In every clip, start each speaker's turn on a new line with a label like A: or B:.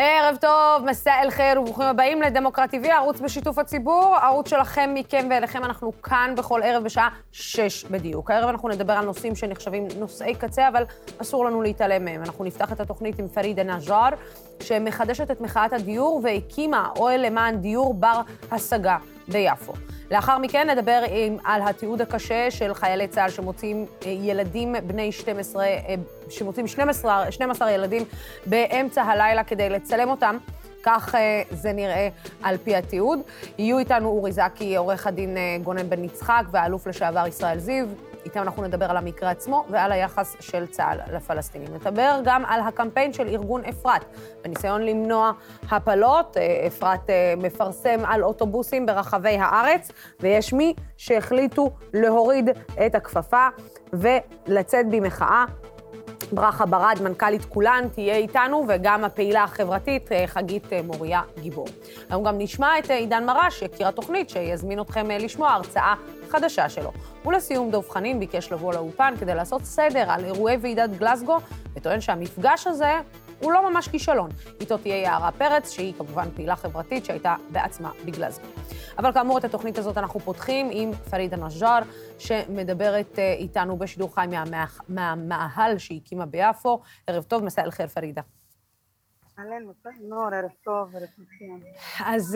A: ערב טוב, מסע אל חיר וברוכים הבאים לדמוקרט TV, ערוץ בשיתוף הציבור, ערוץ שלכם, מכם ואליכם. אנחנו כאן בכל ערב בשעה 6 בדיוק. הערב אנחנו נדבר על נושאים שנחשבים נושאי קצה, אבל אסור לנו להתעלם מהם. אנחנו נפתח את התוכנית עם פרידה נג'אר, שמחדשת את מחאת הדיור והקימה אוהל למען דיור בר השגה ביפו. לאחר מכן נדבר על התיעוד הקשה של חיילי צה"ל שמוצאים ילדים בני 12, שמוצאים 12 ילדים באמצע הלילה כדי לצלם אותם. כך זה נראה על פי התיעוד. יהיו איתנו אורי זקי, עורך הדין גונן בן יצחק והאלוף לשעבר ישראל זיו. איתם אנחנו נדבר על המקרה עצמו ועל היחס של צה"ל לפלסטינים. נדבר גם על הקמפיין של ארגון אפרת, בניסיון למנוע הפלות. אפרת מפרסם על אוטובוסים ברחבי הארץ, ויש מי שהחליטו להוריד את הכפפה ולצאת במחאה. ברכה ברד, מנכ"לית כולן, תהיה איתנו, וגם הפעילה החברתית, חגית מוריה גיבור. היום גם נשמע את עידן מרש, יקיר התוכנית, שיזמין אתכם לשמוע הרצאה חדשה שלו. ולסיום דוב חנין ביקש לבוא לאולפן כדי לעשות סדר על אירועי ועידת גלסגו, וטוען שהמפגש הזה הוא לא ממש כישלון. איתו תהיה יערה פרץ, שהיא כמובן פעילה חברתית שהייתה בעצמה בגלסגו. אבל כאמור, את התוכנית הזאת אנחנו פותחים עם פרידה נג'אר, שמדברת איתנו בשידור חי מהמאהל שהקימה ביפו. ערב טוב, מסע אל חיר פרידה.
B: אהלן, נור, ערב טוב, ערב מצוין.
A: אז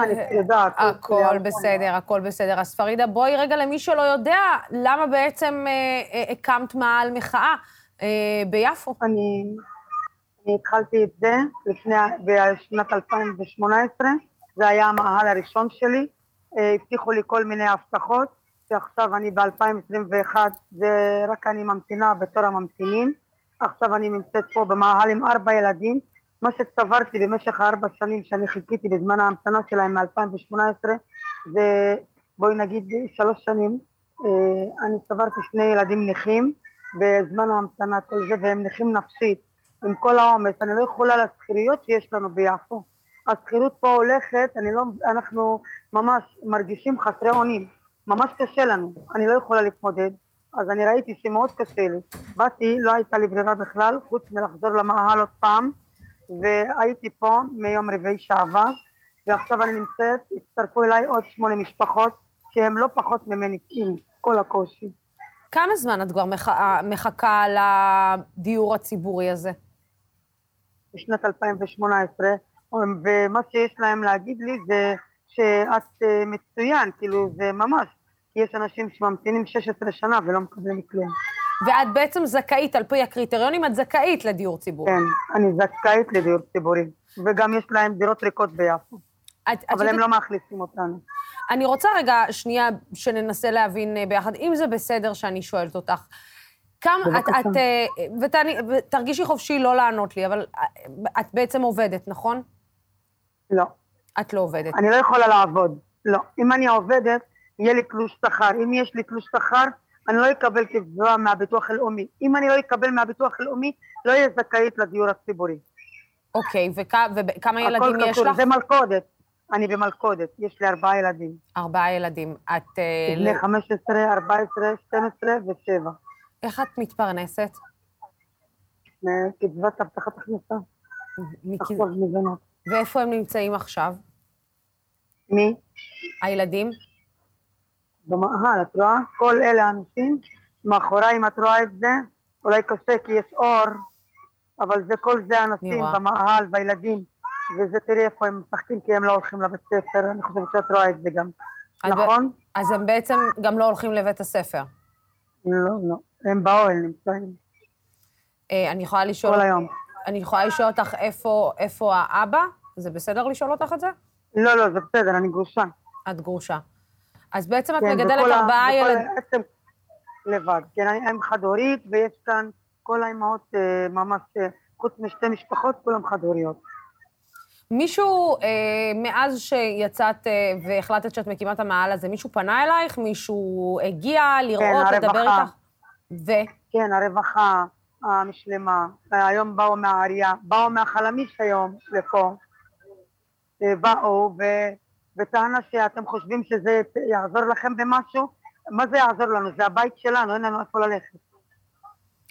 A: הכל בסדר, הכל בסדר. אז פרידה, בואי רגע למי שלא יודע, למה בעצם הקמת מאהל מחאה ביפו?
B: אני התחלתי את זה בשנת 2018, זה היה המאהל הראשון שלי. הבטיחו לי כל מיני הבטחות, שעכשיו אני ב-2021, זה רק אני ממתינה בתור הממתינים. עכשיו אני נמצאת פה במאהל עם 4 ילדים, מה שצברתי במשך 4 שנים שאני חיכיתי בזמן ההמתנה שלהם מ-2018, זה בואי נגיד 3 שנים, אני צברתי 2 ילדים נכים בזמן ההמתנה כל זה, והם נכים נפשית, עם כל העומס. אני לא יכולה לסחירויות שיש לנו ביפו. הסחירות פה הולכת, אנחנו ממש מרגישים חסרי אונים, ממש קשה לנו, אני לא יכולה להתמודד. אז אני ראיתי שמאוד קשה לי, באתי, לא הייתה לי ברירה בכלל, חוץ מלחזור למאהל עוד פעם, והייתי פה מיום רביעי שעבר, ועכשיו אני נמצאת, הצטרפו אליי עוד 8 משפחות, שהם לא פחות ממני, עם כל הקושי.
A: כמה זמן את כבר מחכה לדיור הציבורי הזה?
B: בשנת 2018, ומה שיש להם להגיד לי זה שאת מצוין, כאילו זה ממש, כי יש אנשים שממתינים 16 שנה ולא מקבלים כלום.
A: ואת בעצם זכאית, על פי הקריטריונים, את זכאית לדיור ציבורי.
B: כן, אני זכאית לדיור ציבורי, וגם יש להם דירות ריקות ביפו, אבל הם לא מאכלסים אותנו.
A: אני רוצה רגע שנייה שננסה להבין ביחד, אם זה בסדר שאני שואלת אותך, ותרגישי חופשי לא לענות לי, אבל את בעצם עובדת, נכון?
B: לא.
A: את לא עובדת.
B: אני לא יכולה לעבוד, לא. אם אני עובדת, יהיה לי תלוש שכר. אם יש לי תלוש שכר, אני לא אקבל קצבה מהביטוח הלאומי. אם אני לא אקבל מהביטוח הלאומי, לא יהיה זכאית לדיור הציבורי.
A: אוקיי, וכמה ילדים יש לך?
B: זה מלכודת. אני במלכודת, יש לי 4 ילדים.
A: 4 ילדים. את...
B: בני 15, 14, 12 ו7.
A: איך את מתפרנסת?
B: קצבת הבטחת הכנסה. עכשיו מזונות.
A: ואיפה הם נמצאים עכשיו?
B: מי?
A: הילדים?
B: במאהל, את רואה? כל אלה האנשים, מאחוריי אם את רואה את זה, אולי קשה כי יש אור, אבל זה כל זה אנשים במאהל והילדים, וזה תראי איפה הם משחקים כי הם לא הולכים לבית ספר, אני חושבת שאת רואה את זה גם, נכון?
A: אז הם בעצם גם לא הולכים לבית הספר?
B: לא, לא, הם באוהל נמצאים.
A: אני יכולה לשאול...
B: כל היום.
A: אני יכולה לשאול אותך איפה האבא? זה בסדר לשאול אותך את זה?
B: לא, לא, זה בסדר, אני גרושה.
A: את גרושה. אז בעצם את מגדלת 4 ילדים...
B: לבד, כן, אני אם חד-הורית, ויש כאן כל האימהות ממש, חוץ משתי משפחות, כולם חד-הוריות.
A: מישהו, מאז שיצאת והחלטת שאת מקימה את המאהל הזה, מישהו פנה אלייך? מישהו הגיע לראות, לדבר איתך?
B: כן, הרווחה המשלמה, היום באו מהעירייה, באו מהחלמיש היום לפה, באו וטענה שאתם חושבים שזה יעזור לכם במשהו, מה זה יעזור לנו? זה הבית שלנו, אין לנו איפה ללכת.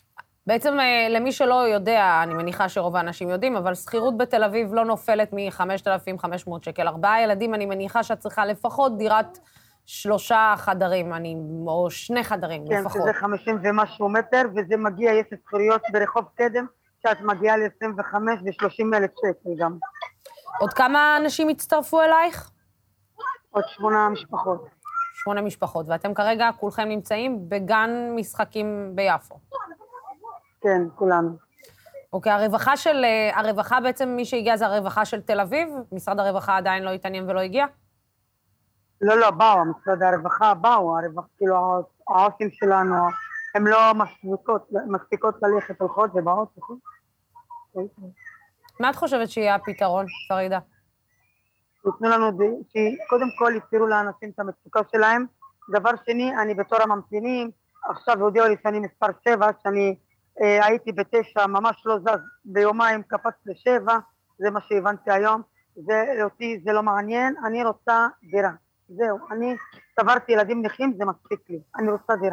A: בעצם למי שלא יודע, אני מניחה שרוב האנשים יודעים, אבל שכירות בתל אביב לא נופלת מ-5,500 שקל. 4 ילדים, אני מניחה שאת צריכה לפחות דירת 3 חדרים, או 2 חדרים
B: כן,
A: לפחות.
B: כן, שזה 50 ומשהו מטר, וזה מגיע, יש שכירויות ברחוב קדם, שאת מגיעה ל-25 ו-30 אלף שקל גם.
A: עוד כמה אנשים הצטרפו אלייך?
B: עוד 8 משפחות.
A: 8 משפחות, ואתם כרגע כולכם נמצאים בגן משחקים ביפו.
B: כן, כולנו.
A: אוקיי, הרווחה בעצם, מי שהגיע זה הרווחה של תל אביב? משרד הרווחה עדיין לא התעניין ולא הגיע?
B: לא, באו, משרד הרווחה באו, כאילו העו"סים שלנו, הם לא מספיקות ללכת, הולכות ובאות, נכון?
A: מה את חושבת שיהיה הפתרון, פרידה?
B: יתנו לנו, שקודם כל יפתרו לאנשים את המצוקה שלהם. דבר שני, אני בתור הממתינים, עכשיו הודיעו לי שאני מספר 7, שאני הייתי ב9, ממש לא זז, ביומיים קפץ ל7, זה מה שהבנתי היום, אותי זה לא מעניין, אני רוצה דירה. זהו, אני סברתי ילדים נכים, זה מספיק לי, אני רוצה דירה.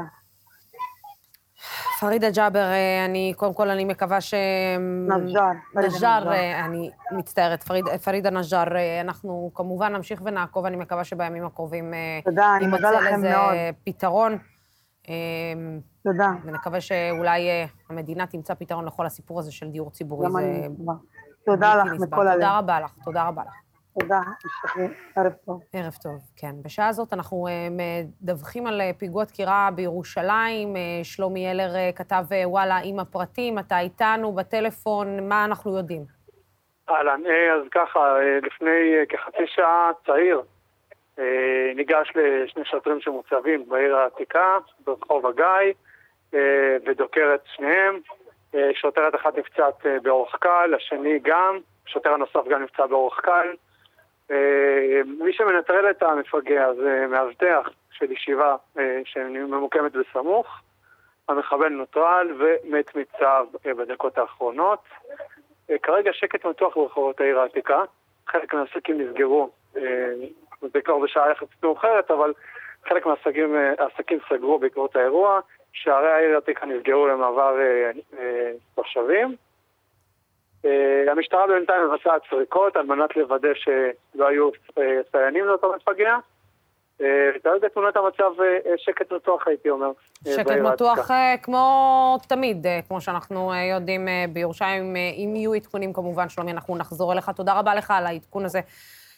A: פרידה ג'אבר, קודם כל אני מקווה נג'אר, אני מצטערת, פרידה נג'אר, אנחנו כמובן נמשיך ונעקוב, אני מקווה שבימים הקרובים יימצא לזה פתרון.
B: תודה.
A: ונקווה שאולי המדינה תמצא פתרון לכל הסיפור הזה של דיור ציבורי.
B: תודה לך מכל הלב.
A: תודה רבה לך, תודה רבה לך.
B: תודה, ערב טוב.
A: ערב טוב, כן. בשעה הזאת אנחנו מדווחים על פיגוע דקירה בירושלים. שלומי אלר כתב וואלה עם הפרטים, אתה איתנו בטלפון, מה אנחנו יודעים?
C: אהלן, אז ככה, לפני כחצי שעה צעיר ניגש לשני שוטרים שמוצבים בעיר העתיקה, ברחוב הגיא, ודוקר את שניהם. שוטרת אחת נפצעת באורח קל, השני גם, שוטר הנוסף גם נפצע באורח קל. מי שמנטרל את המפגע זה מאבטח של ישיבה שממוקמת בסמוך. המחבל נוטרל ומת מצב בדקות האחרונות. כרגע שקט מתוח ברחובות העיר העתיקה. חלק מהעסקים נסגרו, זה כבר בשעה יחסית מאוחרת, אבל חלק מהעסקים סגרו בעקבות האירוע. שערי העיר העתיקה נסגרו למעבר תושבים. המשטרה בינתיים מבצעת סריקות על מנת לוודא שלא היו סיינים לאותו מפגע. כרגע תמונת המצב שקט מתוח, הייתי אומר.
A: שקט מתוח כמו תמיד, כמו שאנחנו יודעים בירושלים. אם יהיו עדכונים כמובן, שלומי, אנחנו נחזור אליך. תודה רבה לך על העדכון הזה.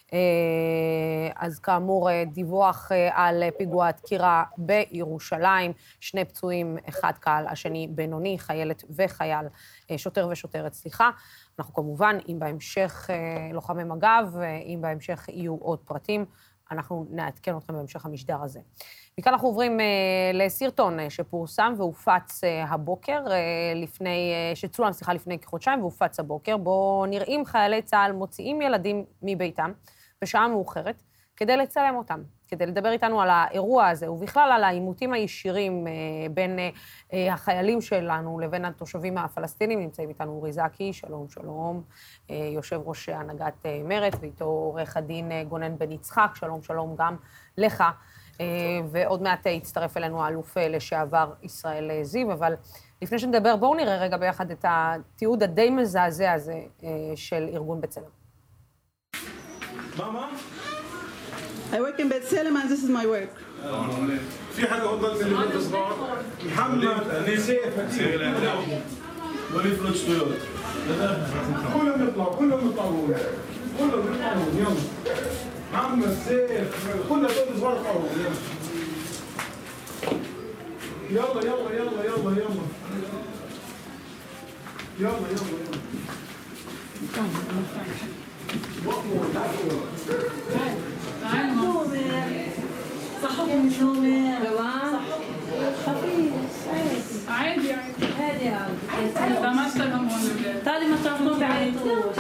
A: אז כאמור, דיווח על פיגוע דקירה בירושלים, 2 פצועים, 1 קל, השני בינוני, חיילת וחייל, שוטר ושוטרת, סליחה. אנחנו כמובן, אם בהמשך לוחמי מג"ב, אם בהמשך יהיו עוד פרטים, אנחנו נעדכן אתכם בהמשך המשדר הזה. מכאן אנחנו עוברים לסרטון שפורסם והופץ הבוקר, שצולם, לפני כחודשיים והופץ הבוקר, בו נראים חיילי צה"ל מוציאים ילדים מביתם בשעה מאוחרת, כדי לצלם אותם, כדי לדבר איתנו על האירוע הזה, ובכלל על העימותים הישירים בין החיילים שלנו לבין התושבים הפלסטינים. נמצאים איתנו אורי זקי, שלום, שלום, יושב ראש הנהגת מרצ, ואיתו עורך הדין גונן בן יצחק, שלום, שלום גם לך, ועוד מעט יצטרף אלינו האלוף לשעבר ישראל זיו, אבל לפני שנדבר, בואו נראה רגע ביחד את התיעוד הדי מזעזע הזה של ארגון בצלם.
D: ماما I work in بتسلم and this is my work. في حدا افضل من اللي بنت صغار محمد نسيف وليد شطيات كلهم يطلعوا يلا محمد سيف كلنا دول صغار يطلعوا يلا يلا يلا يلا يلا يلا يلا
E: صحوا من النوم روان عادي عادي ما اشتغل تعالي ما تعرفون بعيطوش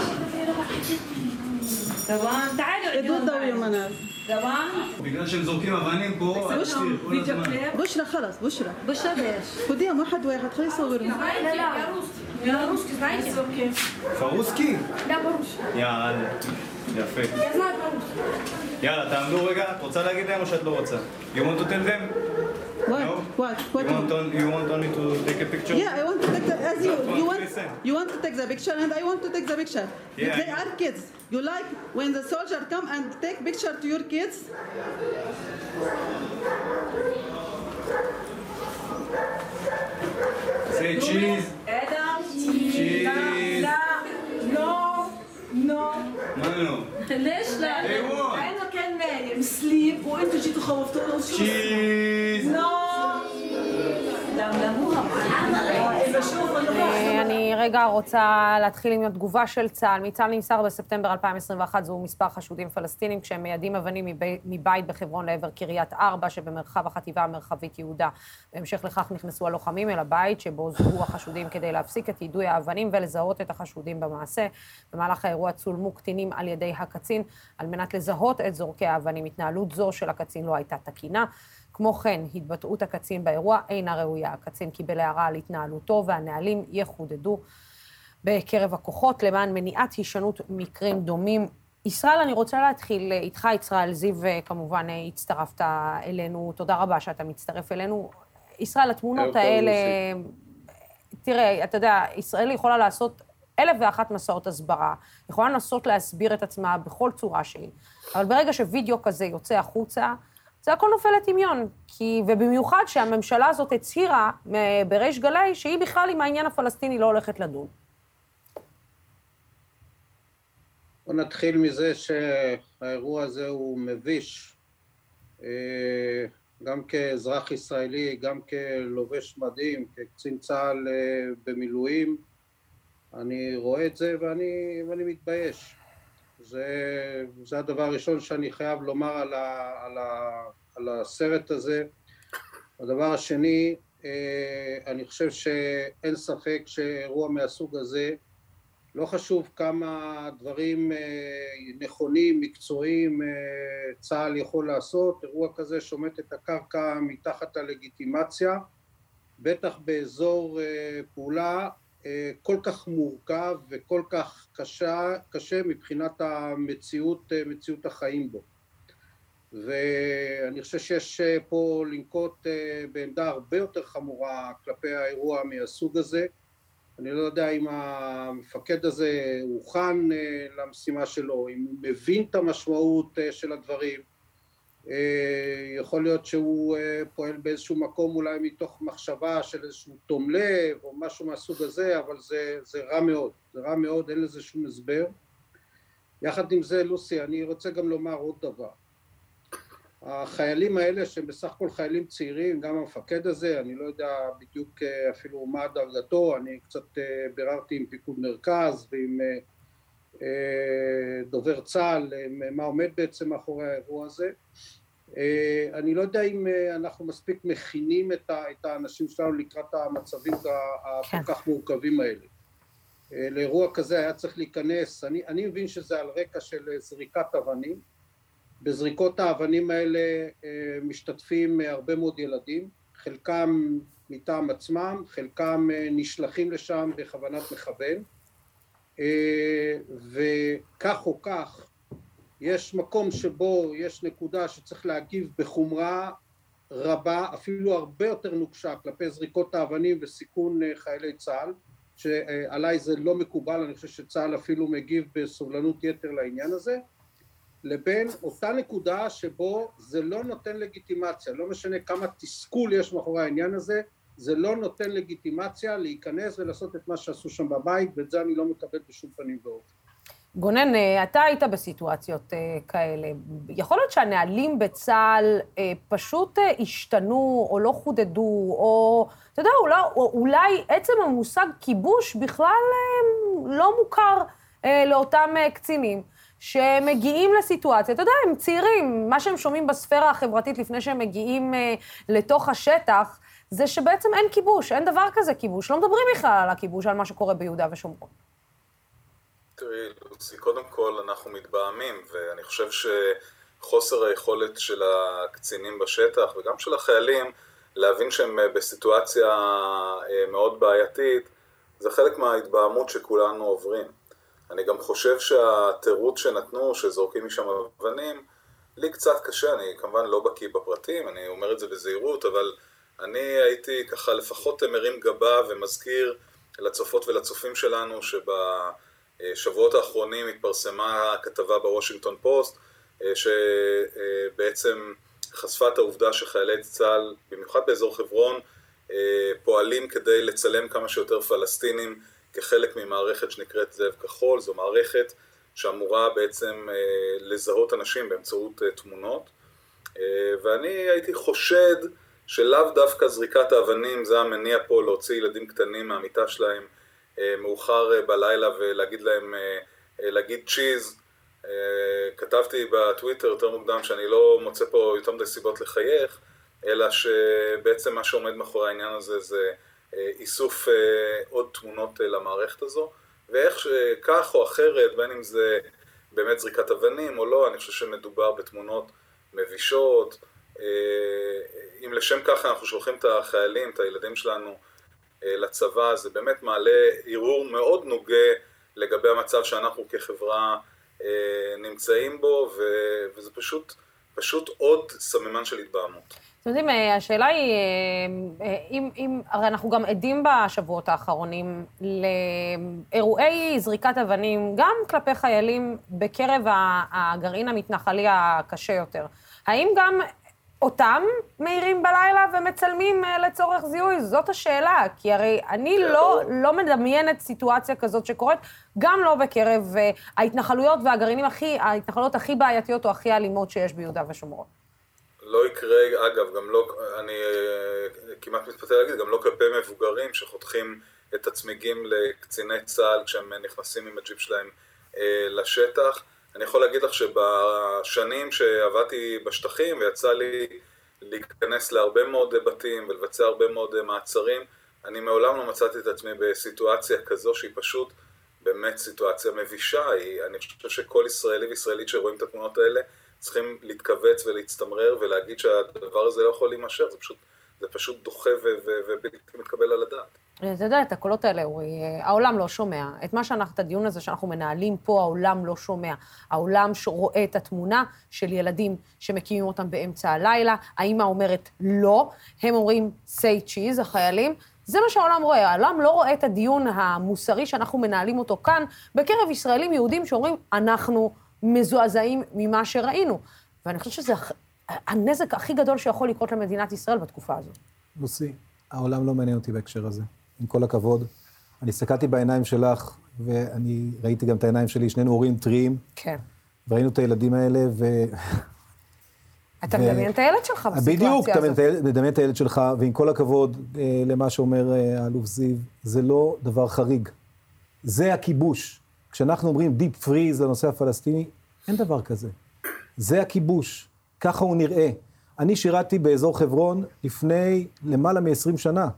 E: روان تعالوا
D: عدوا ضوي منال
E: روان
F: בגלל שהם זורקים אבנים פה,
D: بشرى خلص بشرى
E: ليش؟
D: خديهم واحد خليه يصورهم
E: لا يا روسي знаете?
F: פרוסקי?
E: لا بروش
F: יאללה, יפה.
E: я знаю по-русски
F: יאללה, תעמדו רגע, את רוצה להגיד להם או שאת לא רוצה? You want to tell them?
D: What?
F: No?
D: What? What?
F: You want only to take a picture?
D: Yeah, I want to take the, as
F: Listen.
D: you want to take the picture and I want to take the picture.
F: Yeah.
D: They are kids. You like when the soldier come and take picture to your kids?
F: Say cheese.
E: Adam,
F: cheese.
E: No, no.
F: No, no.
E: ليش لا؟
F: أيوة.
E: لأنه كان نايم سليب وأنتوا جيتوا خوفتوه شو؟
F: cheese.
E: No. لملموها معنا. إذا شوفوا
A: אני רגע רוצה להתחיל עם התגובה של צה"ל. מצה"ל נמסר בספטמבר 2021 זהו מספר חשודים פלסטינים, כשהם מיידים אבנים מבית בחברון לעבר קריית ארבע, שבמרחב החטיבה המרחבית יהודה. בהמשך לכך נכנסו הלוחמים אל הבית, שבו זוהו החשודים כדי להפסיק את יידוי האבנים ולזהות את החשודים במעשה. במהלך האירוע צולמו קטינים על ידי הקצין, על מנת לזהות את זורקי האבנים. התנהלות זו של הקצין לא הייתה תקינה. כמו כן, התבטאות הקצין באירוע אינה ראויה. הקצין קיבל הערה על התנהלותו והנהלים יחודדו בקרב הכוחות למען מניעת הישנות מקרים דומים. ישראל, אני רוצה להתחיל איתך, ישראל זיו, כמובן הצטרפת אלינו. תודה רבה שאתה מצטרף אלינו. ישראל, התמונות האלה, תראה, אתה יודע, ישראל יכולה לעשות 1,001 מסעות הסברה, יכולה לנסות להסביר את עצמה בכל צורה שהיא, אבל ברגע שווידאו כזה יוצא החוצה, זה הכל נופל לטמיון, ובמיוחד שהממשלה הזאת הצהירה בריש גלי שהיא בכלל עם העניין הפלסטיני לא הולכת לדון.
G: בוא נתחיל מזה שהאירוע הזה הוא מביש, גם כאזרח ישראלי, גם כלובש מדים, כקצין צה"ל במילואים, אני רואה את זה ואני מתבייש. זה הדבר הראשון שאני חייב לומר על הסרט הזה. הדבר השני, אני חושב שאין ספק שאירוע מהסוג הזה, לא חשוב כמה דברים נכונים, מקצועיים, צה"ל יכול לעשות, אירוע כזה שומט את הקרקע מתחת הלגיטימציה, בטח באזור פעולה כל כך מורכב וכל כך קשה מבחינת מציאות החיים בו. ואני חושב שיש פה לנקוט בעמדה הרבה יותר חמורה כלפי האירוע מהסוג הזה. אני לא יודע אם המפקד הזה הוכן למשימה שלו, אם הוא מבין את המשמעות של הדברים. יכול להיות שהוא פועל באיזשהו מקום אולי מתוך מחשבה של איזשהו תום לב או משהו מהסוג הזה, אבל זה רע מאוד, זה רע מאוד, אין לזה שום הסבר. יחד עם זה, לוסי, אני רוצה גם לומר עוד דבר. החיילים האלה שהם בסך הכל חיילים צעירים, גם המפקד הזה, אני לא יודע בדיוק אפילו מה דרגתו, אני קצת ביררתי עם פיקוד מרכז ועם דובר צה"ל, מה עומד בעצם מאחורי האירוע הזה. אני לא יודע אם אנחנו מספיק מכינים את האנשים שלנו לקראת המצבים הכל כך מורכבים האלה. לאירוע כזה היה צריך להיכנס, אני מבין שזה על רקע של זריקת אבנים. בזריקות האבנים האלה משתתפים הרבה מאוד ילדים, חלקם מטעם עצמם, חלקם נשלחים לשם בכוונת מכוון, וכך או כך יש מקום שבו יש נקודה שצריך להגיב בחומרה רבה, אפילו הרבה יותר נוקשה כלפי זריקות האבנים וסיכון חיילי צה"ל, שעליי זה לא מקובל, אני חושב שצה"ל אפילו מגיב בסובלנות יתר לעניין הזה, לבין אותה נקודה שבו זה לא נותן לגיטימציה, לא משנה כמה תסכול יש מאחורי העניין הזה, זה לא נותן לגיטימציה להיכנס ולעשות את מה שעשו שם בבית, ואת זה אני לא מקבל בשום פנים ואופן.
A: גונן, אתה היית בסיטואציות כאלה. יכול להיות שהנהלים בצה"ל פשוט השתנו או לא חודדו, או, אתה יודע, אולי עצם המושג כיבוש בכלל לא מוכר לאותם קצינים, שמגיעים לסיטואציה, אתה יודע, הם צעירים, מה שהם שומעים בספירה החברתית לפני שהם מגיעים לתוך השטח, זה שבעצם אין כיבוש, אין דבר כזה כיבוש, לא מדברים בכלל על הכיבוש, על מה שקורה ביהודה ושומרון.
H: תראי, לוסי, קודם כל אנחנו מתבאמים, ואני חושב שחוסר היכולת של הקצינים בשטח וגם של החיילים להבין שהם בסיטואציה מאוד בעייתית, זה חלק מההתבאמות שכולנו עוברים. אני גם חושב שהתירוץ שנתנו, שזורקים משם אבנים, לי קצת קשה, אני כמובן לא בקיא בפרטים, אני אומר את זה בזהירות, אבל אני הייתי ככה לפחות מרים גבה ומזכיר לצופות ולצופים שלנו שבשבועות האחרונים התפרסמה כתבה בוושינגטון פוסט, שבעצם חשפה את העובדה שחיילי צה"ל, במיוחד באזור חברון, פועלים כדי לצלם כמה שיותר פלסטינים כחלק ממערכת שנקראת זאב כחול. זו מערכת שאמורה בעצם לזהות אנשים באמצעות תמונות, ואני הייתי חושד שלאו דווקא זריקת האבנים זה המניע פה להוציא ילדים קטנים מהמיטה שלהם מאוחר בלילה ולהגיד להם, להגיד צ'יז. כתבתי בטוויטר יותר מוקדם שאני לא מוצא פה יותר מדי סיבות לחייך, אלא שבעצם מה שעומד מאחורי העניין הזה זה איסוף עוד תמונות למערכת הזו, ואיך שכך או אחרת, בין אם זה באמת זריקת אבנים או לא, אני חושב שמדובר בתמונות מבישות. אם לשם ככה אנחנו שולחים את החיילים, את הילדים שלנו לצבא, זה באמת מעלה ערעור מאוד נוגע לגבי המצב שאנחנו כחברה נמצאים בו, וזה פשוט עוד סממן של התבהמות.
A: אתם יודעים, השאלה היא, הרי אנחנו גם עדים בשבועות האחרונים לאירועי זריקת אבנים, גם כלפי חיילים בקרב הגרעין המתנחלי הקשה יותר. האם גם אותם מהירים בלילה ומצלמים לצורך זיהוי? זאת השאלה, כי הרי אני לא מדמיינת סיטואציה כזאת שקורית, גם לא בקרב ההתנחלויות והגרעינים ההתנחלויות הכי בעייתיות או הכי אלימות שיש ביהודה ושומרון.
H: לא יקרה, אגב, גם לא, אני כמעט מתפתה להגיד, גם לא כלפי מבוגרים שחותכים את הצמיגים לקציני צה"ל כשהם נכנסים עם הג'יפ שלהם לשטח. אני יכול להגיד לך שבשנים שעבדתי בשטחים ויצא לי להיכנס להרבה מאוד בתים ולבצע הרבה מאוד מעצרים, אני מעולם לא מצאתי את עצמי בסיטואציה כזו שהיא פשוט באמת סיטואציה מבישה. אני חושב שכל ישראלי וישראלית שרואים את התמונות האלה צריכים להתכווץ ולהצטמרר ולהגיד שהדבר הזה לא יכול להימשך, זה פשוט דוחה ובלתי מתקבל על הדעת.
A: אתה יודע, את הקולות האלה, העולם לא שומע. את הדיון הזה שאנחנו מנהלים פה, העולם לא שומע. העולם רואה את התמונה של ילדים שמקימים אותם באמצע הלילה. האמא אומרת לא, הם אומרים say cheese, החיילים. זה מה שהעולם רואה. העולם לא רואה את הדיון המוסרי שאנחנו מנהלים אותו כאן, בקרב ישראלים יהודים שאומרים, אנחנו מזועזעים ממה שראינו. ואני חושבת שזה הנזק הכי גדול שיכול לקרות למדינת ישראל בתקופה הזו.
I: לוסי, העולם לא מעניין אותי בהקשר הזה. עם כל הכבוד. אני הסתכלתי בעיניים שלך, ואני ראיתי גם את העיניים שלי, שנינו הורים טריים.
A: כן.
I: וראינו את הילדים האלה,
A: אתה מדמיין את הילד שלך בסיטואציה הזאת.
I: בדיוק, אתה מדמיין את הילד שלך, ועם כל הכבוד למה שאומר האלוף זיו, זה לא דבר חריג. זה הכיבוש. כשאנחנו אומרים דיפ פריז לנושא הפלסטיני, אין דבר כזה. זה הכיבוש. ככה הוא נראה. אני שירתי באזור חברון לפני למעלה מ-20 שנה.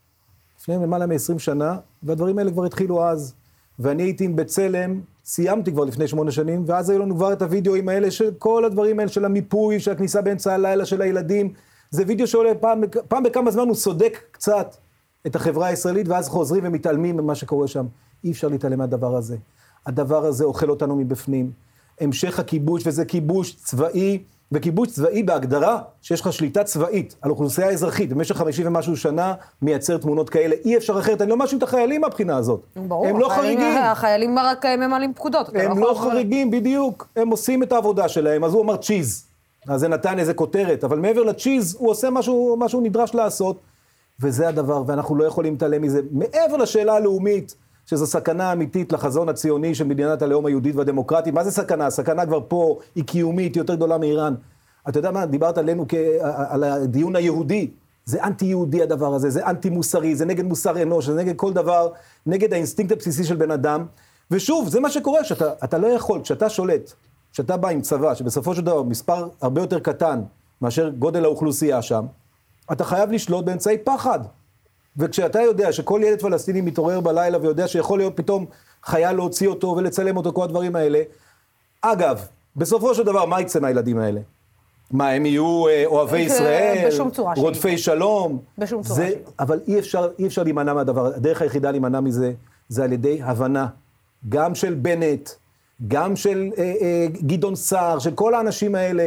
I: והדברים האלה כבר התחילו אז. ואני הייתי עם בצלם, סיימתי כבר לפני 8 שנים, ואז היו לנו כבר את הוידאוים האלה של כל הדברים האלה, של המיפוי, של הכניסה באמצע הלילה של הילדים. זה וידאו שעולה פעם בכמה זמן הוא סודק קצת את החברה הישראלית, ואז חוזרים ומתעלמים ממה שקורה שם. אי אפשר להתעלם מהדבר הזה. הדבר הזה אוכל אותנו מבפנים. המשך הכיבוש, וזה כיבוש צבאי, וכיבוש צבאי בהגדרה שיש לך שליטה צבאית על אוכלוסייה אזרחית, במשך 50 ומשהו שנה מייצר תמונות כאלה, אי אפשר אחרת, אני לא משהו את החיילים מהבחינה הזאת.
A: ברור,
I: הם לא חריגים.
A: החיילים רק ממלאים פקודות.
I: הם לא חריגים, בדיוק. הם עושים את העבודה שלהם, אז הוא אמר צ'יז. אז זה נתן איזה כותרת, אבל מעבר לצ'יז, הוא עושה משהו נדרש לעשות, וזה הדבר, ואנחנו לא יכולים להתעלם מזה. מעבר לשאלה הלאומית, שזו סכנה אמיתית לחזון הציוני של מדינת הלאום היהודית והדמוקרטית. מה זה סכנה? הסכנה כבר פה היא קיומית, היא יותר גדולה מאיראן. אתה יודע מה? דיברת עלינו על הדיון היהודי. זה אנטי-יהודי הדבר הזה, זה אנטי-מוסרי, זה נגד מוסר אנוש, זה נגד כל דבר, נגד האינסטינקט הבסיסי של בן אדם. ושוב, זה מה שקורה, שאתה לא יכול, כשאתה שולט, כשאתה בא עם צבא, שבסופו של דבר מספר הרבה יותר קטן מאשר גודל האוכלוסייה שם, אתה חייב לשלוט באמצעי פחד. וכשאתה יודע שכל ילד פלסטיני מתעורר בלילה ויודע שיכול להיות פתאום חייל להוציא אותו ולצלם אותו, כל הדברים האלה. אגב, בסופו של דבר, מה יצא מהילדים האלה? מה, הם יהיו אוהבי ישראל, רודפי שלום?
A: בשום צורה.
I: אבל אי אפשר להימנע מהדבר. הדרך היחידה להימנע מזה, זה על ידי הבנה, גם של בנט, גם של גדעון סער, של כל האנשים האלה,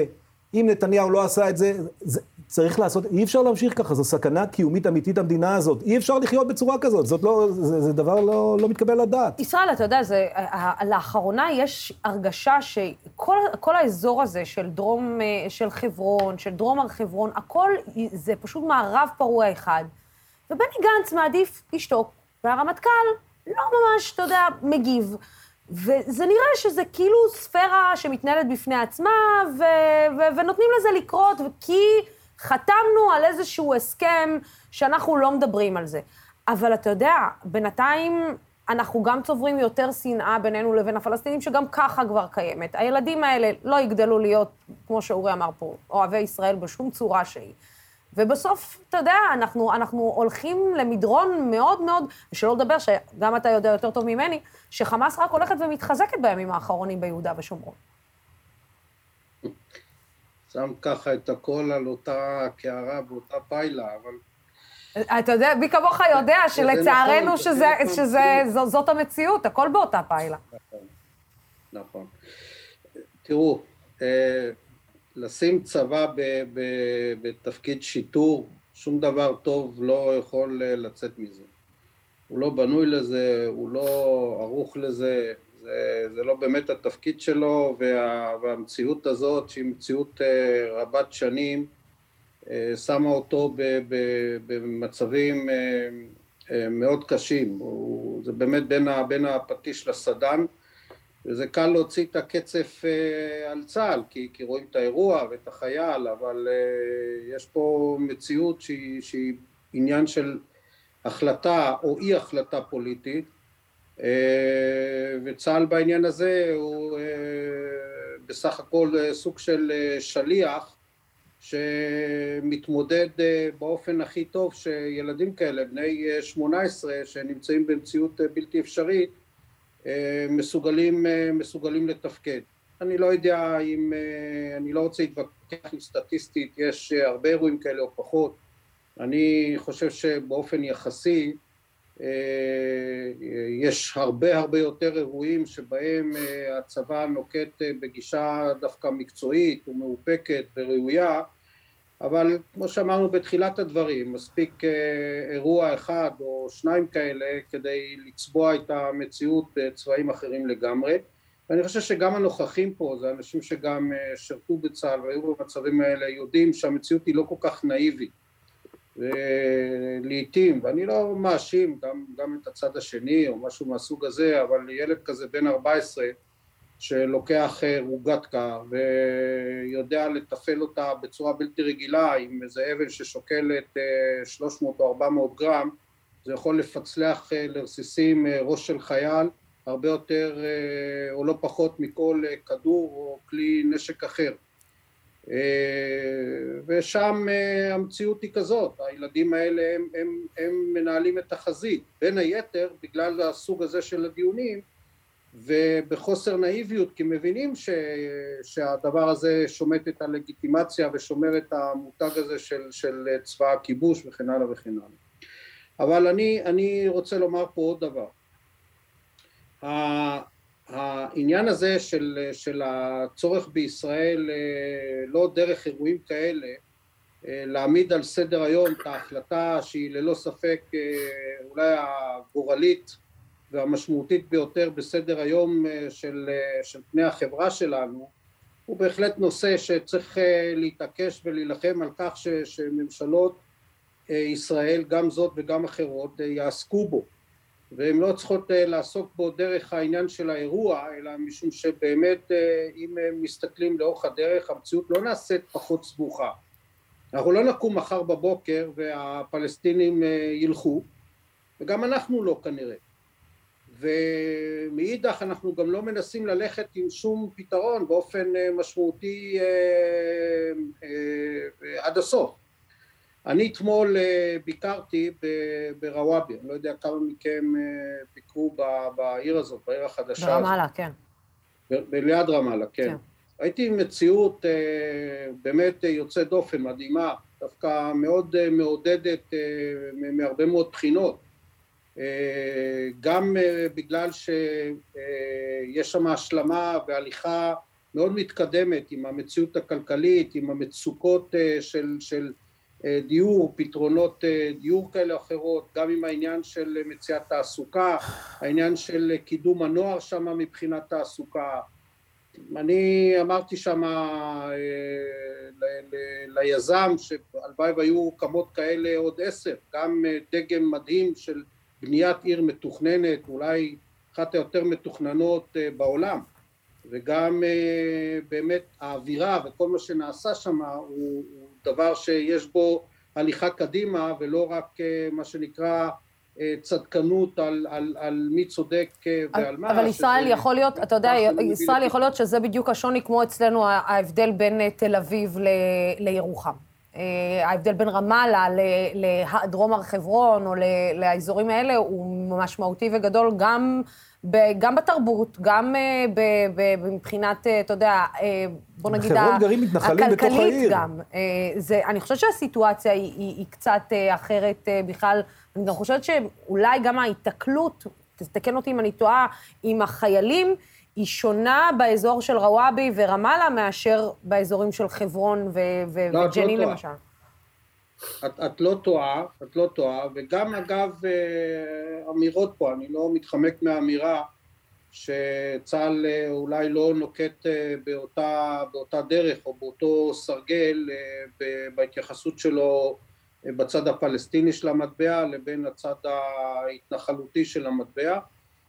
I: אם נתניהו לא עשה את זה, צריך לעשות, אי אפשר להמשיך ככה, זו סכנה קיומית אמיתית המדינה הזאת, אי אפשר לחיות בצורה כזאת, זה דבר לא מתקבל לדעת.
A: ישראל, אתה יודע, לאחרונה יש הרגשה שכל האזור הזה של של חברון, של דרום הר חברון, הכל זה פשוט מערב פרוע אחד. ובני גנץ מעדיף לשתוק, והרמטכ"ל לא ממש, אתה יודע, מגיב. וזה נראה שזה כאילו ספירה שמתנהלת בפני עצמה, ונותנים לזה לקרות, כי חתמנו על איזשהו הסכם שאנחנו לא מדברים על זה. אבל אתה יודע, בינתיים אנחנו גם צוברים יותר שנאה בינינו לבין הפלסטינים, שגם ככה כבר קיימת. הילדים האלה לא יגדלו להיות, כמו שאורי אמר פה, אוהבי ישראל בשום צורה שהיא. ובסוף, אתה יודע, אנחנו הולכים למדרון מאוד מאוד, ושלא לדבר, שגם אתה יודע יותר טוב ממני, שחמאס רק הולכת ומתחזקת בימים האחרונים ביהודה ושומרון.
G: שם ככה את הכל על אותה קערה באותה פיילה, אבל...
A: אתה יודע, מי כמוך יודע שלצערנו שזאת המציאות, הכל באותה פיילה.
G: נכון. תראו, לשים צבא בתפקיד שיטור, שום דבר טוב לא יכול לצאת מזה. הוא לא בנוי לזה, הוא לא ערוך לזה, זה לא באמת התפקיד שלו, והמציאות הזאת, שהיא מציאות רבת שנים, שמה אותו במצבים מאוד קשים. זה באמת בין הפטיש לסדן, וזה קל להוציא את הקצף על צה"ל, כי רואים את האירוע ואת החייל, אבל יש פה מציאות שהיא עניין של החלטה או אי החלטה פוליטית, וצה"ל בעניין הזה הוא בסך הכל סוג של שליח, שמתמודד באופן הכי טוב שילדים כאלה, בני 18, שנמצאים במציאות בלתי אפשרית, מסוגלים לתפקד. אני לא יודע אם, אני לא רוצה להתווכח עם סטטיסטית, יש הרבה אירועים כאלה או פחות. אני חושב שבאופן יחסי, יש הרבה יותר אירועים שבהם הצבא נוקט בגישה דווקא מקצועית ומאופקת וראויה, אבל כמו שאמרנו בתחילת הדברים, מספיק אירוע אחד או שניים כאלה כדי לצבוע את המציאות בצבעים אחרים לגמרי, ואני חושב שגם הנוכחים פה, זה אנשים שגם שרתו בצה"ל והיו במצבים האלה, יודעים שהמציאות היא לא כל כך נאיבית, ולעיתים, ואני לא מאשים גם את הצד השני או משהו מהסוג הזה, אבל ילד כזה בן 14 שלוקח רוגת קר ויודע לטפל אותה בצורה בלתי רגילה עם איזה אבן ששוקלת 300 או 400 גרם, זה יכול לפצלח לרסיסים ראש של חייל הרבה יותר או לא פחות מכל כדור או כלי נשק אחר. ושם המציאות היא כזאת, הילדים האלה הם מנהלים את החזית, בין היתר בגלל הסוג הזה של הדיונים, ובחוסר נאיביות, כי מבינים שהדבר הזה שומט את הלגיטימציה ושומר את המותג הזה של צבא הכיבוש וכן הלאה וכן הלאה. אבל אני רוצה לומר פה עוד דבר. העניין הזה של הצורך בישראל, לא דרך אירועים כאלה, להעמיד על סדר היום את ההחלטה שהיא ללא ספק אולי הגורלית והמשמעותית ביותר בסדר היום של פני החברה שלנו, הוא בהחלט נושא שצריך להתעקש ולהילחם על כך שממשלות ישראל, גם זאת וגם אחרות, יעסקו בו. והן לא צריכות לעסוק בו דרך העניין של האירוע, אלא משום שבאמת אם מסתכלים לאורך הדרך, המציאות לא נעשית פחות סבוכה. אנחנו לא נקום מחר בבוקר והפלסטינים ילכו, וגם אנחנו לא כנראה. ומאידך אנחנו גם לא מנסים ללכת עם שום פתרון באופן משמעותי עד הסוף. אני אתמול ביקרתי ברוואבי, אני לא יודע כמה מכם ביקרו בעיר הזאת, בעיר החדשה.
A: ברמאללה, כן.
G: ליד רמאללה, כן. הייתי מציאות באמת יוצאת דופן, מדהימה, דווקא מאוד מעודדת מהרבה מאוד בחינות. גם בגלל שיש שם השלמה והליכה מאוד מתקדמת עם המציאות הכלכלית, עם המצוקות של דיור, פתרונות דיור כאלה או אחרות, גם עם העניין של מציאת תעסוקה, העניין של קידום הנוער שם מבחינת תעסוקה. אני אמרתי שם ליזם שהלוואי והיו כמות כאלה עוד 10, גם דגם מדהים של בניית עיר מתוכננת, אולי אחת היותר מתוכננות בעולם, וגם באמת האווירה וכל מה שנעשה שם הוא דבר שיש בו הליכה קדימה, ולא רק מה שנקרא צדקנות על מי צודק ועל מה.
A: אבל ישראל יכול להיות, אתה יודע, ישראל יכול להיות שזה בדיוק השוני כמו אצלנו ההבדל בין תל אביב לירוחם. ההבדל בין רמאללה לדרום הר חברון או לאזורים האלה הוא משמעותי וגדול גם בתרבות, גם מבחינת, אתה יודע, בוא נגיד, הכלכלית גם. אני חושבת שהסיטואציה היא קצת אחרת בכלל. אני גם חושבת שאולי גם ההתקלות, תתקן אותי אם אני טועה, עם החיילים, היא שונה באזור של רוואבי ורמאללה מאשר באזורים של חברון וג'נין למשל.
G: את לא טועה, וגם אגב אמירות פה, אני לא מתחמק מהאמירה שצה"ל אולי לא נוקט באותה דרך או באותו סרגל בהתייחסות שלו בצד הפלסטיני של המטבע לבין הצד ההתנחלותי של המטבע.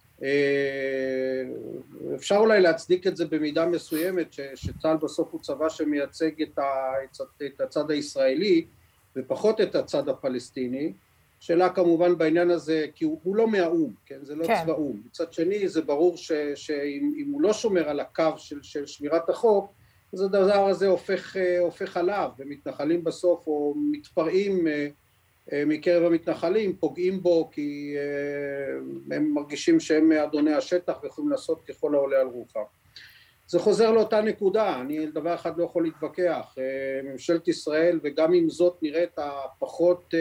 G: אפשר אולי להצדיק את זה במידה מסוימת, שצה"ל בסוף הוא צבא שמייצג את הצד הישראלי ופחות את הצד הפלסטיני. שאלה כמובן בעניין הזה, כי הוא לא מהאום, כן? זה לא צבא אום. מצד שני זה ברור שאם הוא לא שומר על הקו של שמירת החוק, אז הדבר הזה הופך עליו, ומתנחלים בסוף או מתפרעים מקרב המתנחלים, פוגעים בו כי הם מרגישים שהם אדוני השטח ויכולים לעשות ככל העולה על רוחם. זה חוזר לאותה נקודה, אני דבר אחד לא יכול להתווכח, ממשלת ישראל וגם אם זאת נראית הפחות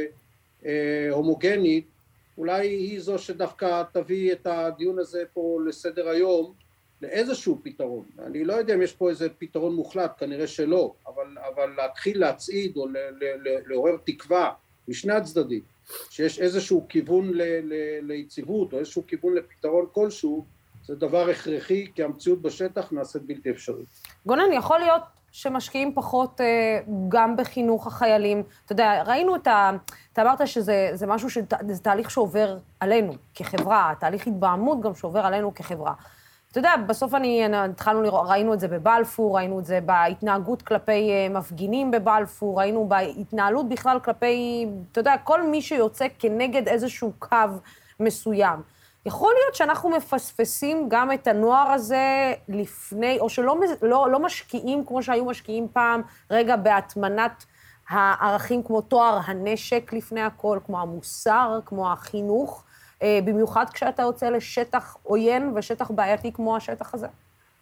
G: הומוגנית, אולי היא זו שדווקא תביא את הדיון הזה פה לסדר היום, לאיזשהו פתרון. אני לא יודע אם יש פה איזה פתרון מוחלט, כנראה שלא, אבל להתחיל להצעיד או לעורר תקווה משני הצדדים, שיש איזשהו כיוון ליציבות או איזשהו כיוון לפתרון כלשהו, זה דבר הכרחי, כי המציאות בשטח נעשית בלתי אפשרית.
A: גונן, יכול להיות שמשקיעים פחות גם בחינוך החיילים. אתה יודע, ראינו אתה אמרת שזה משהו, זה תהליך שעובר עלינו כחברה, תהליך התבעמות גם שעובר עלינו כחברה. אתה יודע, בסוף ראינו את זה בבלפור, ראינו את זה בהתנהגות כלפי מפגינים בבלפור, ראינו בהתנהלות בכלל כלפי, אתה יודע, כל מי שיוצא כנגד איזשהו קו מסוים. יכול להיות שאנחנו מפספסים גם את הנוער הזה לפני, או שלא משקיעים כמו שהיו משקיעים פעם, רגע בהטמנת הערכים כמו תואר הנשק לפני הכל, כמו המוסר, כמו החינוך, במיוחד כשאתה יוצא לשטח עוין ושטח בעייתי כמו השטח הזה.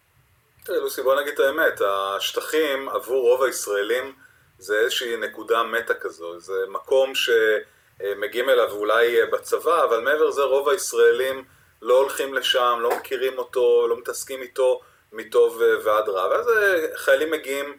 H: לוסי, בוא נגיד את האמת, השטחים עבור רוב הישראלים זה איזושהי נקודה מטה כזו, זה מקום שמגיעים אליו אולי בצבא, אבל מעבר לזה רוב הישראלים לא הולכים לשם, לא מכירים אותו, לא מתעסקים איתו מטוב ועד רע, ואז חיילים מגיעים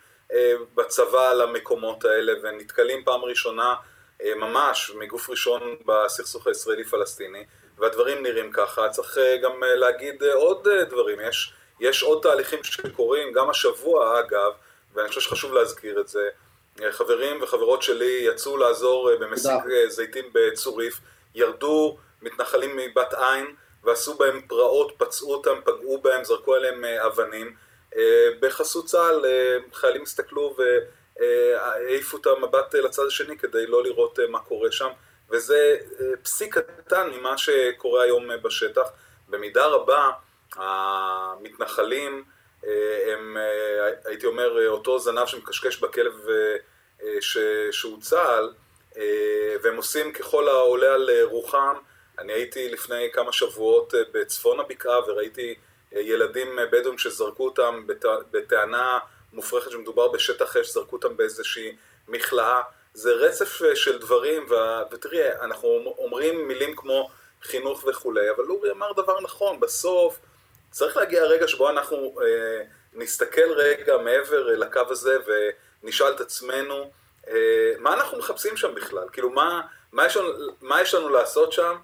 H: בצבא למקומות האלה ונתקלים פעם ראשונה ממש מגוף ראשון בסכסוך הישראלי-פלסטיני, והדברים נראים ככה. צריך גם להגיד עוד דברים, יש עוד תהליכים שקורים, גם השבוע אגב, ואני חושב שחשוב להזכיר את זה, חברים וחברות שלי יצאו לעזור במסיק זיתים בצוריף, ירדו מתנחלים מבת עין ועשו בהם פרעות, פצעו אותם, פגעו בהם, זרקו עליהם אבנים, בחסות צה"ל חיילים הסתכלו העיפו את המבט לצד השני כדי לא לראות מה קורה שם, וזה פסיק קטן ממה שקורה היום בשטח. במידה רבה המתנחלים הם, הייתי אומר, אותו זנב שמקשקש בכלב שהוא צה"ל, והם עושים ככל העולה על רוחם. אני הייתי לפני כמה שבועות בצפון הבקעה וראיתי ילדים בדואים שזרקו אותם בטענה מופרכת שמדובר בשטח אש, זרקו אותם באיזושהי מכלאה. זה רצף של דברים, ותראי, אנחנו אומרים מילים כמו חינוך וכולי, אבל אורי אמר דבר נכון, בסוף צריך להגיע הרגע שבו אנחנו נסתכל רגע מעבר לקו הזה ונשאל את עצמנו, מה אנחנו מחפשים שם בכלל? כאילו, מה יש לנו לעשות שם?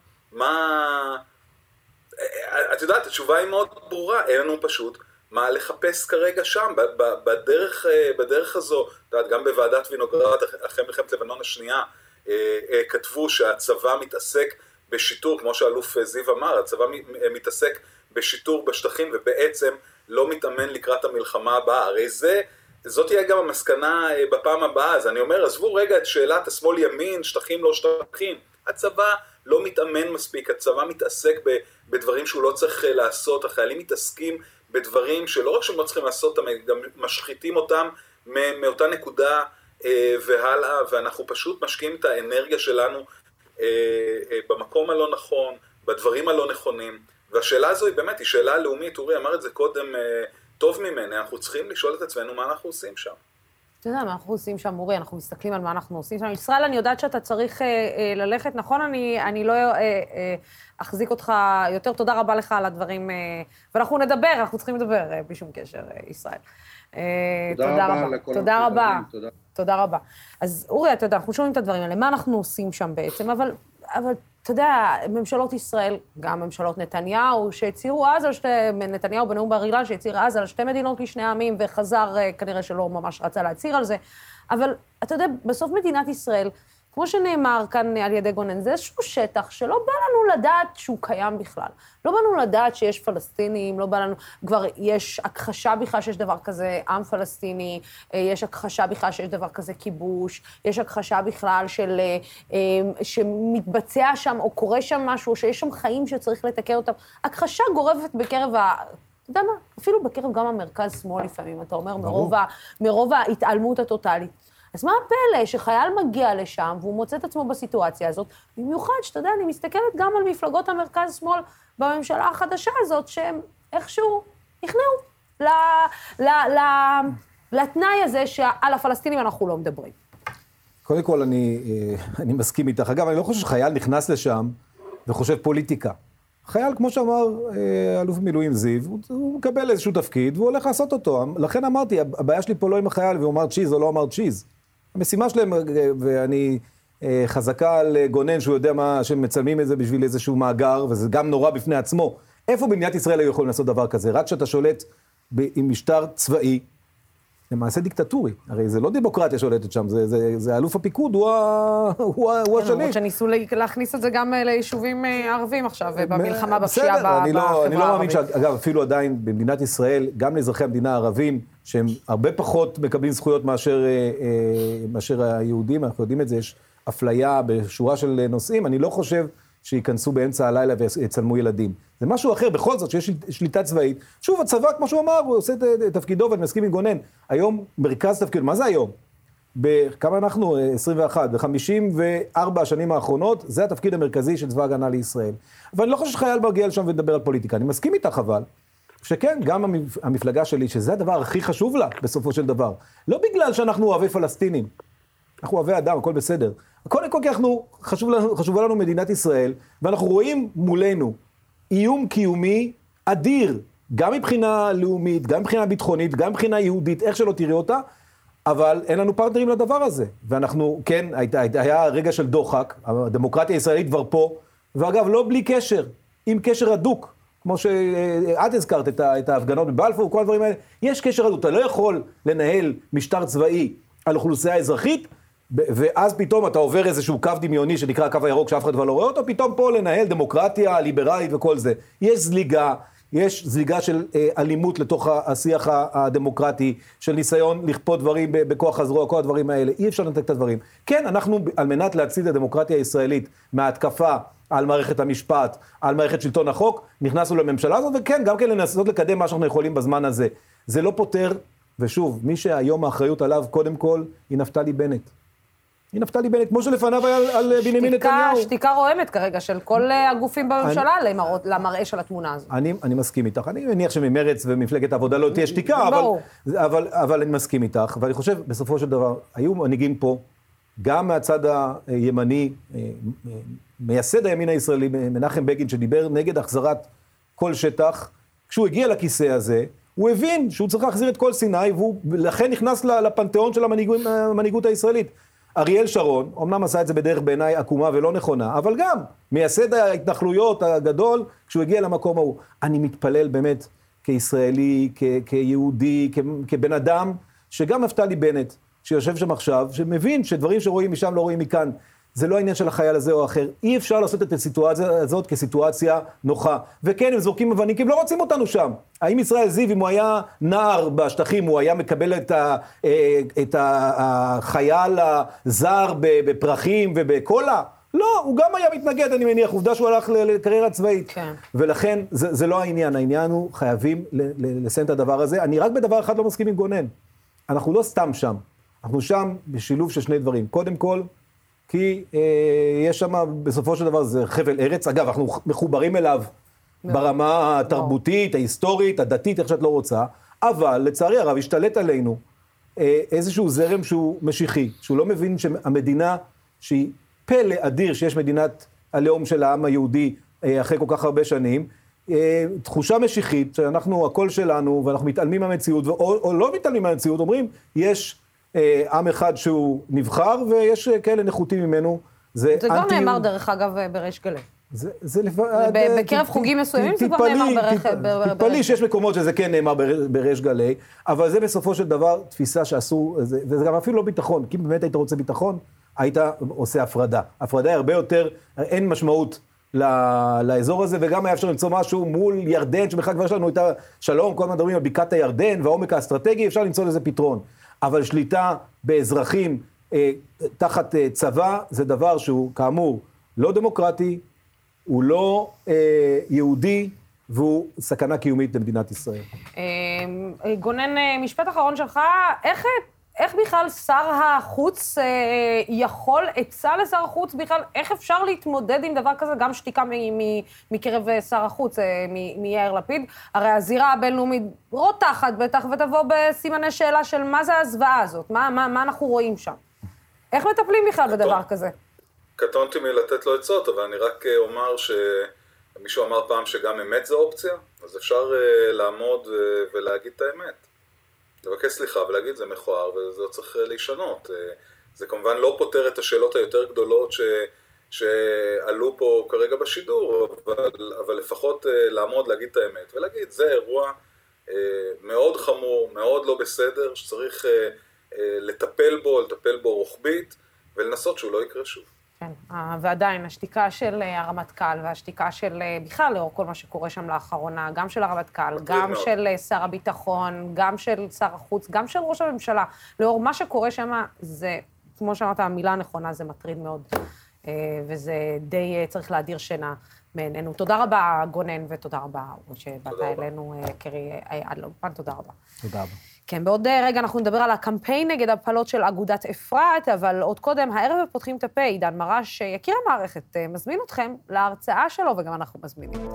H: את יודעת, התשובה היא מאוד ברורה, אין לנו פשוט מה לחפש כרגע שם, בדרך הזו, את יודעת, גם בוועדת וינוגרד, אחרי מלחמת לבנון השנייה, כתבו שהצבא מתעסק בשיטור, כמו שאלוף זיו אמר, הצבא מתעסק בשיטור בשטחים, ובעצם לא מתאמן לקראת המלחמה הבאה. הרי זאת תהיה גם המסקנה בפעם הבאה. אז אני אומר, עזבו רגע את שאלת השמאל ימין, שטחים לא שטחים. הצבא לא מתאמן מספיק, הצבא מתעסק בדברים שהוא לא צריך לעשות, החיילים מתעסקים בדברים שלא רק שהם לא צריכים לעשות אותם, גם משחיתים אותם מאותה נקודה והלאה, ואנחנו פשוט משקיעים את האנרגיה שלנו במקום הלא נכון, בדברים הלא נכונים, והשאלה הזו היא באמת, היא שאלה לאומית, אורי אמר את זה קודם טוב ממני, אנחנו צריכים לשאול את עצמנו מה אנחנו עושים שם.
A: אתה יודע מה אנחנו עושים שם, אורי, אנחנו מסתכלים על מה אנחנו עושים שם. ישראל, אני יודעת שאתה צריך ללכת, נכון? אני לא אחזיק אותך יותר, תודה רבה לך על הדברים, ואנחנו נדבר, אנחנו צריכים לדבר בלי שום קשר, ישראל. תודה רבה. תודה רבה. תודה רבה. אז אורי, אתה יודע, אנחנו שומעים את הדברים האלה, מה אנחנו עושים שם בעצם, אבל אתה יודע, ממשלות ישראל, גם ממשלות נתניהו, שהצהירו אז על נתניהו בנאום בר אילן, שהצהיר אז על שתי מדינות לשני עמים, וחזר, כנראה שלא ממש רצה להצהיר על זה, אבל אתה יודע, בסוף מדינת ישראל, כמו שנאמר כאן על ידי גונן, זה איזשהו שטח שלא בא לנו לדעת שהוא קיים בכלל. לא בא לנו לדעת שיש פלסטינים, לא בא לנו, כבר יש הכחשה בכלל שיש דבר כזה עם פלסטיני, יש הכחשה בכלל שיש דבר כזה כיבוש, יש הכחשה בכלל שמתבצע שם או קורה שם משהו, שיש שם חיים שצריך לתקן אותם. הכחשה גורפת בקרב אתה יודע מה? אפילו בקרב גם המרכז שמאל לפעמים, אתה אומר, מרוב ההתעלמות הטוטלית. אז מה הפלא שחייל מגיע לשם, והוא מוצא את עצמו בסיטואציה הזאת, במיוחד שאתה יודע, אני מסתכלת גם על מפלגות המרכז-שמאל בממשלה החדשה הזאת, שהם איכשהו נכנעו לתנאי הזה שעל הפלסטינים אנחנו לא מדברים.
I: קודם כל, אני מסכים איתך. אגב, אני לא חושב שחייל נכנס לשם וחושב פוליטיקה. חייל, כמו שאמר אלוף מילואים זיו, הוא מקבל איזשהו תפקיד והוא הולך לעשות אותו. לכן אמרתי, הבעיה שלי פה לא עם החייל, והוא אמר צ'יז או לא אמר צ'יז. המשימה שלהם, ואני חזקה על גונן, שהוא יודע מה, שהם מצלמים את זה בשביל איזשהו מאגר, וזה גם נורא בפני עצמו. איפה במדינת ישראל היו יכולים לעשות דבר כזה? רק שאתה שולט עם משטר צבאי, למעשה דיקטטורי. הרי זה לא דמוקרטיה שולטת שם, זה אלוף הפיקוד, הוא השליט.
A: למרות שניסו להכניס את זה גם ליישובים ערבים עכשיו, במלחמה בפשיעה בחברה הערבית.
I: אני לא מאמין אגב, אפילו עדיין במדינת ישראל, גם לאזרחי המדינה הערבים, שהם הרבה פחות מקבלים זכויות מאשר היהודים, אנחנו יודעים את זה, יש אפליה בשורה של נושאים, אני לא חושב שייכנסו באמצע הלילה ויצלמו ילדים. זה משהו אחר, בכל זאת, שיש שליטה צבאית. שוב, הצבא, כמו שהוא אמר, הוא עושה את תפקידו, ואני מסכים עם גונן. היום מרכז תפקיד, מה זה היום? בכמה אנחנו? 21, ב-54 השנים האחרונות, זה התפקיד המרכזי של צבא הגנה לישראל. אבל אני לא חושב שחייל מגיע לשם ולדבר על פוליטיקה. אני מסכים איתך, אבל, שכן, גם המפלגה שלי, שזה הדבר הכי חשוב לה, בסופו של דבר. לא בגלל שאנחנו אוהבי פלסטינים. אנחנו אוהבי אדם, הכל בסדר. קודם כל כי חשובה לנו מדינת ישראל, ואנחנו רואים מולנו איום קיומי אדיר, גם מבחינה לאומית, גם מבחינה ביטחונית, גם מבחינה יהודית, איך שלא תראי אותה, אבל אין לנו פרטנרים לדבר הזה. ואנחנו, כן, היה רגע של דוחק, הדמוקרטיה הישראלית כבר פה, ואגב, לא בלי קשר, עם קשר הדוק, כמו שאת הזכרת את ההפגנות בבלפור, כל הדברים האלה, יש קשר הדוק, אתה לא יכול לנהל משטר צבאי על אוכלוסייה אזרחית, ואז פתאום אתה עובר איזשהו קו דמיוני שנקרא הקו הירוק שאף אחד כבר לא רואה אותו, פתאום פה לנהל דמוקרטיה, ליברלית וכל זה. יש זליגה של אלימות לתוך השיח הדמוקרטי, של ניסיון לכפות דברים בכוח הזרוע, כל הדברים האלה. אי אפשר לנתק את הדברים. כן, אנחנו על מנת להציל את הדמוקרטיה הישראלית מההתקפה על מערכת המשפט, על מערכת שלטון החוק, נכנסנו לממשלה הזאת, וכן, גם כן לנסות לקדם מה שאנחנו יכולים בזמן הזה. זה לא פותר, ושוב, מי שהיום האחריות עליו קודם כל, היא נפתלי בנט. היא נפתלי בנט, כמו שלפניו היה על בנימין נתניהו.
A: שתיקה רועמת כרגע של כל הגופים בממשלה למראה של התמונה הזאת.
I: אני מסכים איתך. אני מניח שממרץ ומפלגת העבודה לא תהיה שתיקה, אבל אני מסכים איתך. ואני חושב, בסופו של דבר, היו מנהיגים פה, גם מהצד הימני, מייסד הימין הישראלי, מנחם בגין, שדיבר נגד החזרת כל שטח. כשהוא הגיע לכיסא הזה, הוא הבין שהוא צריך להחזיר את כל סיני, והוא לכן נכנס לפנתיאון של המנהיגות הישראלית. אריאל שרון, אמנם עשה את זה בדרך בעיניי עקומה ולא נכונה, אבל גם מייסד ההתנחלויות הגדול, כשהוא הגיע למקום ההוא. אני מתפלל באמת כישראלי, כיהודי, כבן אדם, שגם נפתלי בנט, שיושב שם עכשיו, שמבין שדברים שרואים משם לא רואים מכאן, זה לא העניין של החייל הזה או אחר. אי אפשר לעשות את הסיטואציה הזאת כסיטואציה נוחה. וכן, הם זורקים אבנים, כי הם לא רוצים אותנו שם. האם ישראל זיו, אם הוא היה נער בשטחים, הוא היה מקבל את החייל הזר בפרחים ובקולה? לא, הוא גם היה מתנגד, אני מניח, עובדה שהוא הלך לקריירה צבאית.
A: כן.
I: ולכן, זה לא העניין. העניין הוא חייבים לסיים את הדבר הזה. אני רק בדבר אחד לא מסכים עם גונן. אנחנו לא סתם שם. אנחנו שם בשילוב של שני דברים. קודם כל, כי יש שם בסופו של דבר זה חבל ארץ, אגב אנחנו מחוברים אליו ברמה התרבותית, ההיסטורית, הדתית, איך שאת לא רוצה, אבל לצערי הרב השתלט עלינו איזשהו זרם שהוא משיחי, שהוא לא מבין שהמדינה שהיא פלא אדיר שיש מדינת הלאום של העם היהודי אחרי כל כך הרבה שנים, תחושה משיחית שאנחנו הכל שלנו ואנחנו מתעלמים מהמציאות, או לא מתעלמים מהמציאות, אומרים יש עם אחד שהוא נבחר, ויש כאלה נחותים ממנו.
A: זה כבר נאמר דרך אגב בריש גלי. בקרב חוגים מסוימים זה כבר נאמר בריש גלי.
I: תתפלאי שיש מקומות שזה כן נאמר בריש גלי, אבל זה בסופו של דבר תפיסה שעשו, וזה גם אפילו לא ביטחון, כי באמת היית רוצה ביטחון, היית עושה הפרדה. הפרדה היא הרבה יותר, אין משמעות לאזור הזה, וגם היה אפשר למצוא משהו מול ירדן, שבכלל כבר יש לנו את השלום, כל מה מדברים על בקעת הירדן, והעומק האסטרטגי, אפשר למצוא לזה פתרון. אבל שליטה באזרחים תחת צבא, זה דבר שהוא כאמור לא דמוקרטי, הוא לא יהודי, והוא סכנה קיומית למדינת ישראל.
A: גונן, משפט אחרון שלך, איך בכלל שר החוץ יכול, עצה לשר החוץ בכלל, איך אפשר להתמודד עם דבר כזה, גם שתיקה מקרב שר החוץ, מיאיר לפיד? הרי הזירה הבינלאומית רותחת בטח, ותבוא בסימני שאלה של מה זה הזוועה הזאת, מה אנחנו רואים שם? איך מטפלים בכלל בדבר כזה?
H: קטונתי מלתת לו עצות, אבל אני רק אומר שמישהו אמר פעם שגם אמת זה אופציה, אז אפשר לעמוד ולהגיד את האמת. לבקש סליחה ולהגיד זה מכוער וזה צריך להישנות. זה כמובן לא פותר את השאלות היותר גדולות שעלו פה כרגע בשידור, אבל לפחות לעמוד, להגיד את האמת ולהגיד זה אירוע מאוד חמור, מאוד לא בסדר, שצריך לטפל בו רוחבית ולנסות שהוא לא יקרה שוב.
A: כן, ועדיין, השתיקה של הרמטכ"ל והשתיקה של בכלל, לאור כל מה שקורה שם לאחרונה, גם של הרמטכ"ל, גם של שר הביטחון, גם של שר החוץ, גם של ראש הממשלה, לאור מה שקורה שם, זה, כמו שאמרת, המילה הנכונה, זה מטריד מאוד, וזה די צריך להדיר שינה מעינינו. תודה רבה, גונן, ותודה רבה, שבאת אלינו, קרי עד לאופן, תודה רבה.
I: תודה רבה.
A: כן, בעוד רגע אנחנו נדבר על הקמפיין נגד הפלות של אגודת אפרת, אבל עוד קודם, הערב פותחים את הפה, עידן מרש, יקיר המערכת, מזמין אתכם להרצאה שלו, וגם אנחנו מזמינים.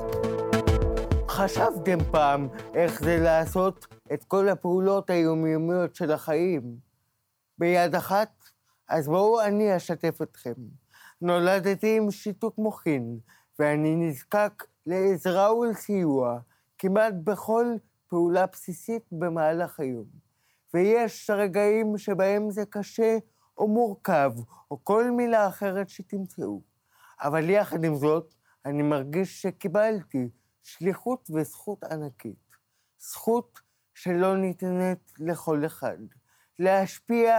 J: חשבתם פעם איך זה לעשות את כל הפעולות היומיומיות של החיים ביד אחת? אז בואו אני אשתף אתכם. נולדתי עם שיתוק מוחין, ואני נזקק לעזרה ולסיוע כמעט בכל פעולה בסיסית במהלך היום. ויש רגעים שבהם זה קשה או מורכב, או כל מילה אחרת שתמצאו. אבל יחד עם זאת, אני מרגיש שקיבלתי שליחות וזכות ענקית. זכות שלא ניתנת לכל אחד. להשפיע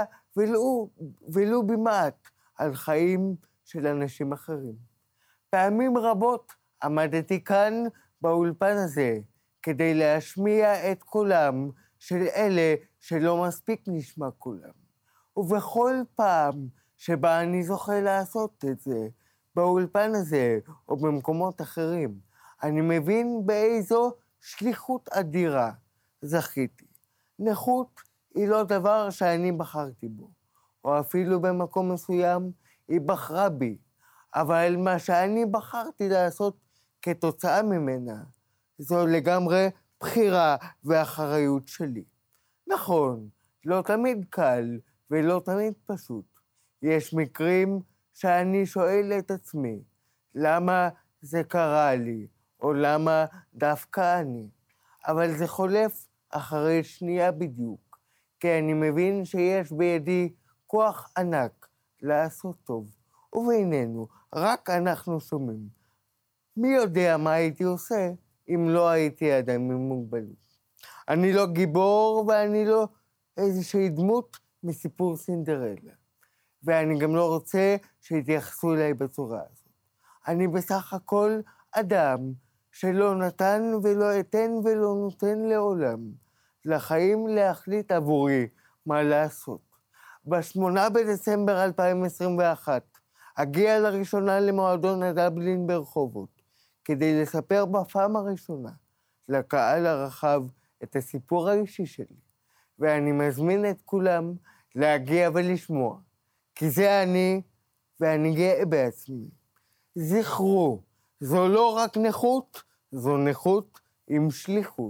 J: ולו במעט על חיים של אנשים אחרים. פעמים רבות עמדתי כאן באולפן הזה, כדי להשמיע את קולם של אלה שלא מספיק נשמע קולם. ובכל פעם שבה אני זוכה לעשות את זה, באולפן הזה או במקומות אחרים, אני מבין באיזו שליחות אדירה זכיתי. נכות היא לא דבר שאני בחרתי בו, או אפילו במקום מסוים היא בחרה בי, אבל מה שאני בחרתי לעשות כתוצאה ממנה, זו לגמרי בחירה ואחריות שלי. נכון, לא תמיד קל ולא תמיד פשוט. יש מקרים שאני שואל את עצמי, למה זה קרה לי, או למה דווקא אני? אבל זה חולף אחרי שנייה בדיוק, כי אני מבין שיש בידי כוח ענק לעשות טוב, ובינינו, רק אנחנו שומעים. מי יודע מה הייתי עושה אם לא הייתי אדם עם מוגבלות. אני לא גיבור ואני לא איזושהי דמות מסיפור סינדרלה. ואני גם לא רוצה שיתייחסו אליי בצורה הזאת. אני בסך הכל אדם שלא נתן ולא אתן ולא נותן לעולם. לחיים להחליט עבורי מה לעשות. ב8 בדצמבר 2021 אגיע לראשונה למועדון הדבלין ברחובות, כדי לספר בפעם הראשונה לקהל הרחב את הסיפור האישי שלי, ואני מזמין את כולם להגיע ולשמוע, כי זה אני, ואני גאה בעצמי. זכרו, זו לא רק נכות, זו נכות עם שליחות.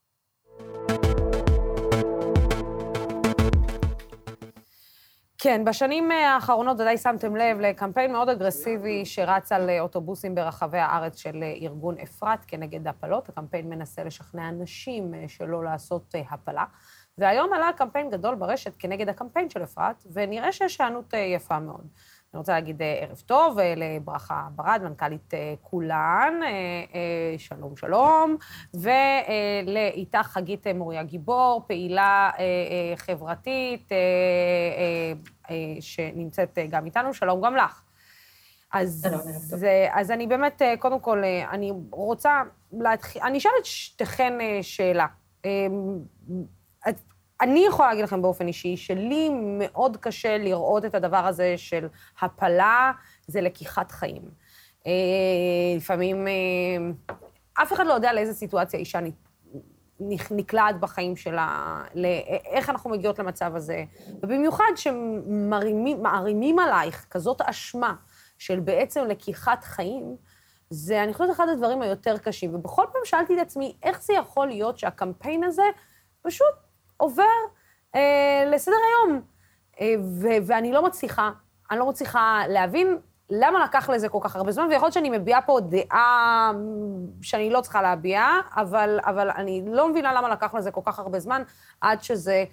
A: כן, בשנים האחרונות ודאי שמתם לב לקמפיין מאוד אגרסיבי שרץ על אוטובוסים ברחבי הארץ של ארגון אפרת כנגד הפלות. הקמפיין מנסה לשכנע אנשים שלא לעשות הפלה. והיום עלה קמפיין גדול ברשת כנגד הקמפיין של אפרת, ונראה שיש הענות יפה מאוד. אני רוצה להגיד ערב טוב לברכה ברד, מנכ"לית כולן, שלום שלום, ולאיתה חגית מוריה גיבור, פעילה חברתית, שנמצאת גם איתנו, שלום גם לך. אז אני באמת, קודם כל, אני רוצה להתחיל, אני אשאל את שתיכן שאלה. אני יכולה להגיד לכם באופן אישי, שלי מאוד קשה לראות את הדבר הזה של הפלה, זה לקיחת חיים. לפעמים, אף אחד לא יודע לאיזה סיטואציה אישה נקלעת בחיים שלה, איך אנחנו מגיעות למצב הזה, ובמיוחד שמערימים עלייך כזאת אשמה של בעצם לקיחת חיים, זה, אני חושבת, אחד הדברים היותר קשים, ובכל פעם שאלתי את עצמי, איך זה יכול להיות שהקמפיין הזה פשוט עובר לסדר היום. ואני לא מצליחה להבין למה לקח לזה כל כך הרבה זמן, ויכול להיות שאני מביעה פה דעה שאני לא צריכה להביע, אבל אני לא מבינה למה לקח לזה כל כך הרבה זמן, עד שזה...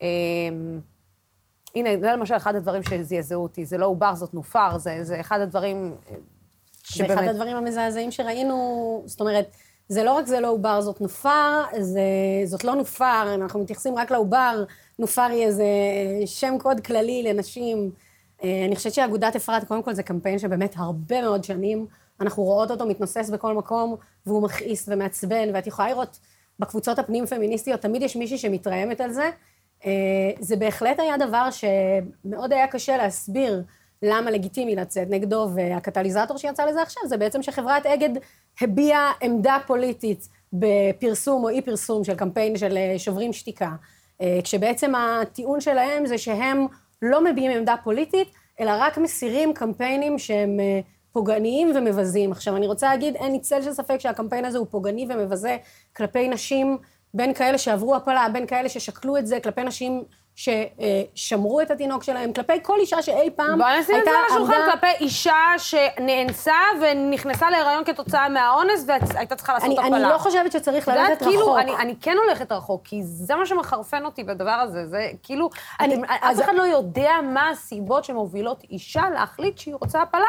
A: הנה, זה למשל אחד הדברים שזעזעו אותי, זה לא עובר, זאת נופר, זה אחד הדברים
K: שבאמת... זה אחד הדברים המזעזעים שראינו, זאת אומרת, זה לא רק זה לא עובר, זאת נופר, זאת לא נופר, אנחנו מתייחסים רק לעובר, נופר היא איזה שם קוד כללי לנשים. אני חושבת שאגודת אפרת, קודם כל זה קמפיין שבאמת הרבה מאוד שנים, אנחנו רואות אותו מתנוסס בכל מקום, והוא מכעיס ומעצבן, ואת יכולה לראות בקבוצות הפנים פמיניסטיות, תמיד יש מישהי שמתרעמת על זה. זה בהחלט היה דבר שמאוד היה קשה להסביר למה לגיטימי לצאת נגדו, והקטליזטור שיצא לזה עכשיו, זה בעצם שחברת אגד הביעה עמדה פוליטית בפרסום או אי פרסום של קמפיין של שוברים שתיקה, כשבעצם הטיעון שלהם זה שהם לא מביעים עמדה פוליטית, אלא רק מסירים קמפיינים שהם פוגעניים ומבזים. עכשיו, אני רוצה להגיד, אין לי צל של ספק שהקמפיין הזה הוא פוגעני ומבזה כלפי נשים, בין כאלה שעברו הפלה, בין כאלה ששקלו את זה, כלפי נשים ששמרו את התינוק שלהם, כלפי כל אישה שאי פעם
A: בוא נשים את זה על השולחן, כלפי אישה שנאנסה ונכנסה להיריון כתוצאה מהאונס, והייתה צריכה לעשות הפלה.
K: אני לא חושבת שצריך ללכת רחוק.
A: אני כן הולכת רחוק, כי זה מה שמחרפן אותי בדבר הזה, זה כאילו, אף אחד לא יודע מה הסיבות שמובילות אישה להחליט שהיא רוצה הפלה,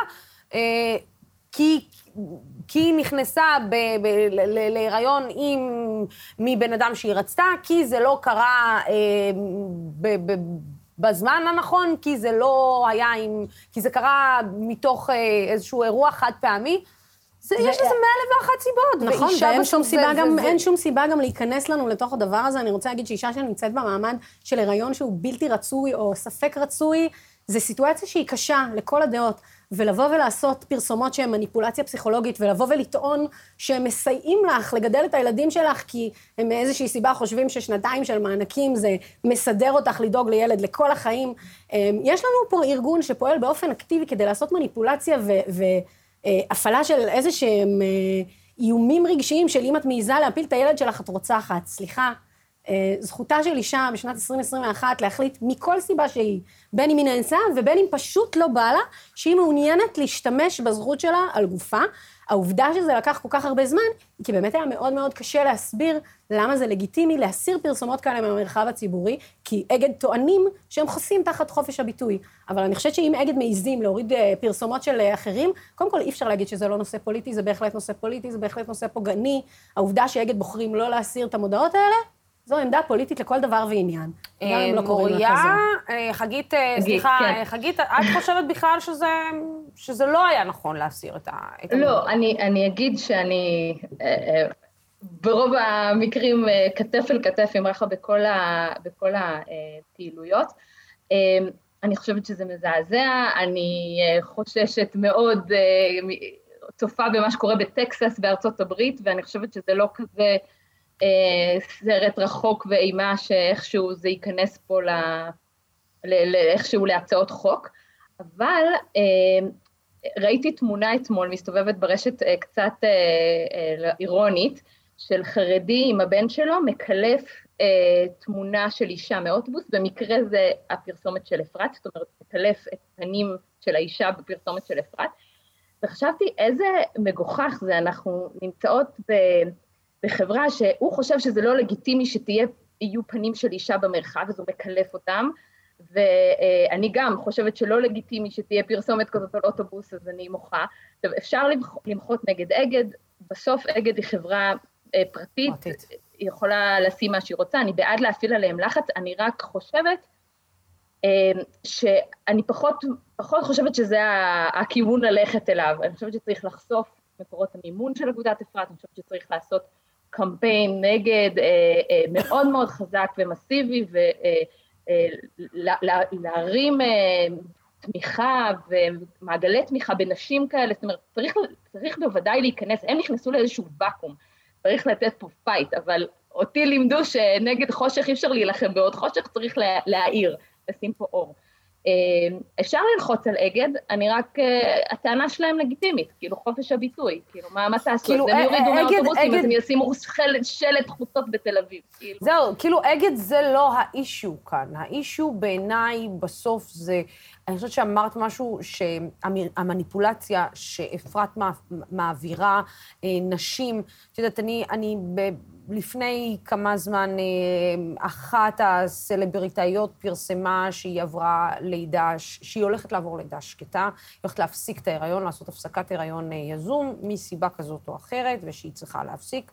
A: כי היא נכנסה להיריון מבן אדם שהיא רצתה, כי זה לא קרה בזמן הנכון, כי זה לא היה כי זה קרה מתוך איזשהו אירוע חד פעמי. יש לזה 101 סיבות.
K: נכון, ואין שום סיבה גם להיכנס לנו לתוך הדבר הזה. אני רוצה להגיד שאישה שנמצאת במעמד של היריון שהוא בלתי רצוי או ספק רצוי, זו סיטואציה שהיא קשה לכל הדעות. ולבוא ולעשות פרסומות שהן מניפולציה פסיכולוגית, ולבוא ולטעון שהם מסייעים לך לגדל את הילדים שלך, כי הם מאיזושהי סיבה חושבים ששנתיים של מענקים זה מסדר אותך לדאוג לילד לכל החיים. יש לנו פה ארגון שפועל באופן אקטיבי כדי לעשות מניפולציה והפעלה של איזשהם איומים רגשיים של אם את מעיזה להפיל את הילד שלך, את רוצחת. סליחה, זכותה של אישה בשנת 2021 להחליט מכל סיבה שהיא, בין אם היא נאנסה ובין אם פשוט לא בא לה, שהיא מעוניינת להשתמש בזכות שלה על גופה. העובדה שזה לקח כל כך הרבה זמן, כי באמת היה מאוד מאוד קשה להסביר למה זה לגיטימי להסיר פרסומות כאלה מהמרחב הציבורי, כי אגד טוענים שהם חוסים תחת חופש הביטוי. אבל אני חושבת שאם אגד מעיזים להוריד פרסומות של אחרים, קודם כל אי אפשר להגיד שזה לא נושא פוליטי, זה בהחלט נושא פוליטי, זה בהחלט נושא פוגעני. העובדה שאגד בוחרים לא להסיר את המודעות האלה, זו עמדה פוליטית לכל דבר ועניין.
A: מוריה, חגית, סליחה, חגית, את חושבת בכלל שזה לא היה נכון להסיר את המודעות?
L: לא, אני אגיד שאני ברוב המקרים כתף אל כתף עם רחה בכל הפעילויות. אני חושבת שזה מזעזע, אני חוששת מאוד, צופה במה שקורה בטקסס בארצות הברית, ואני חושבת שזה לא כזה סרט רחוק ואימה שאיכשהו זה ייכנס פה איכשהו להצעות חוק, אבל ראיתי תמונה אתמול, מסתובבת ברשת קצת אירונית, של חרדי עם הבן שלו, מקלף תמונה של אישה מאוטובוס, במקרה זה הפרסומת של אפרת, זאת אומרת, מקלף את פנים של האישה בפרסומת של אפרת, וחשבתי איזה מגוחך זה, אנחנו נמצאות בחברה שהוא חושב שזה לא לגיטימי שיהיו פנים של אישה במרחב, אז הוא מקלף אותם, ואני גם חושבת שלא לגיטימי שתהיה פרסומת כזאת על אוטובוס, אז אני מוחה. עכשיו, אפשר למחות נגד אגד, בסוף אגד היא חברה פרטית, היא יכולה לשים מה שהיא רוצה, אני בעד להפעיל עליהם לחץ, אני רק חושבת שאני פחות חושבת שזה הכיוון ללכת אליו, אני חושבת שצריך לחשוף מקורות המימון של אגודת אפרת, אני חושבת שצריך לעשות קמפיין נגד מאוד מאוד חזק ומסיבי, ולהרים תמיכה ומעגלי תמיכה בנשים כאלה, זאת אומרת, צריך בוודאי להיכנס, הם נכנסו לאיזשהו ואקום, צריך לתת פה פייט, אבל אותי לימדו שנגד חושך אי אפשר להילחם בעוד חושך, צריך להעיר, לשים פה אור. אפשר ללחוץ על אגד, אני רק, הטענה שלהם לגיטימית, כאילו חופש הביטוי, כאילו מה תעשו? אז הם יורידו מהאוטובוסים, אז הם ישימו שלט חוצות בתל אביב.
A: זהו, כאילו אגד זה לא האישו כאן, האישו בעיניי בסוף זה, אני חושבת שאמרת משהו שהמניפולציה שאפרת מעבירה נשים, את יודעת, אני לפני כמה זמן אחת הסלבריטאיות פרסמה שהיא עברה לידה, שהיא הולכת לעבור לידה שקטה, היא הולכת להפסיק את ההיריון, לעשות הפסקת הריון יזום, מסיבה כזאת או אחרת, ושהיא צריכה להפסיק.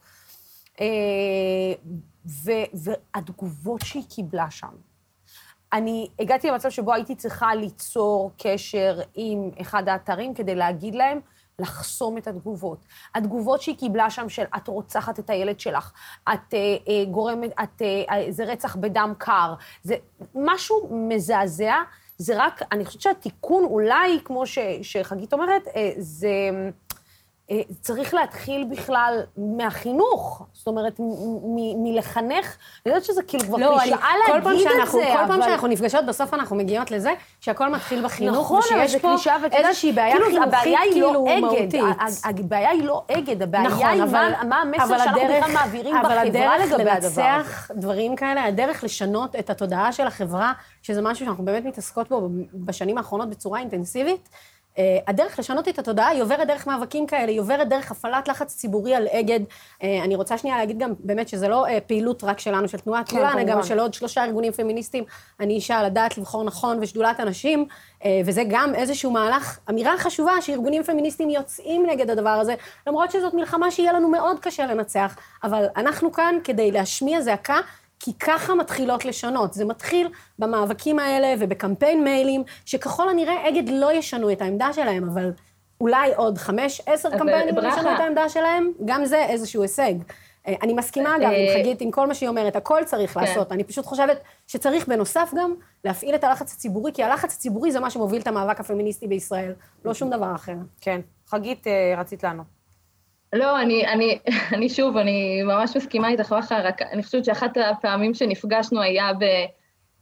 A: והתגובות שהיא קיבלה שם. אני הגעתי למצב שבו הייתי צריכה ליצור קשר עם אחד האתרים כדי להגיד להם, לחסום את התגובות. התגובות שהיא קיבלה שם של את רוצחת את הילד שלך, את גורמת, זה רצח בדם קר, זה משהו מזעזע, זה רק, אני חושבת שהתיקון אולי, כמו שחגית אומרת, זה צריך להתחיל בכלל מהחינוך, זאת אומרת, מלחנך, אני יודעת שזה כאילו כבר קלישאה להגיד את זה,
K: כל פעם שאנחנו נפגשות, בסוף אנחנו מגיעות לזה שהכל מתחיל בחינוך, ושיש פה איזושהי בעיה חינוכית כאילו מהותית.
A: הבעיה היא לא אגד, הבעיה היא מה המסר שאנחנו בכלל מעבירים בחברה לגבי הדבר.
K: אבל הדרך לנצח דברים כאלה, הדרך לשנות את התודעה של החברה, שזה משהו שאנחנו באמת מתעסקות בו בשנים האחרונות בצורה אינטנסיבית, הדרך לשנות את התודעה היא עוברת דרך מאבקים כאלה, היא עוברת דרך הפעלת לחץ ציבורי על אגד. אני רוצה שנייה להגיד גם באמת שזה לא פעילות רק שלנו, של תנועת כולנו, גם של עוד 3 ארגונים פמיניסטיים, אני אישה על הדעת לבחור נכון ושדולת הנשים, וזה גם איזשהו מהלך, אמירה חשובה שארגונים פמיניסטיים יוצאים נגד הדבר הזה, למרות שזאת מלחמה שיהיה לנו מאוד קשה לנצח, אבל אנחנו כאן כדי להשמיע זעקה, כי ככה מתחילות לשנות. זה מתחיל במאבקים האלה ובקמפיין מיילים, שככל הנראה אגד לא ישנו את העמדה שלהם, אבל אולי עוד 5-10 קמפיינים ישנו את העמדה שלהם, גם זה איזשהו הישג. אני מסכימה אגב עם חגית, עם כל מה שהיא אומרת, הכל צריך לעשות. אני פשוט חושבת שצריך בנוסף גם להפעיל את הלחץ הציבורי, כי הלחץ הציבורי זה מה שמוביל את המאבק הפמיניסטי בישראל, לא שום דבר אחר.
A: כן. חגית, רצית לענות.
L: לא, אני שוב, אני ממש מסכימה איתך אחר, רק אני חושבת שאחת הפעמים שנפגשנו היה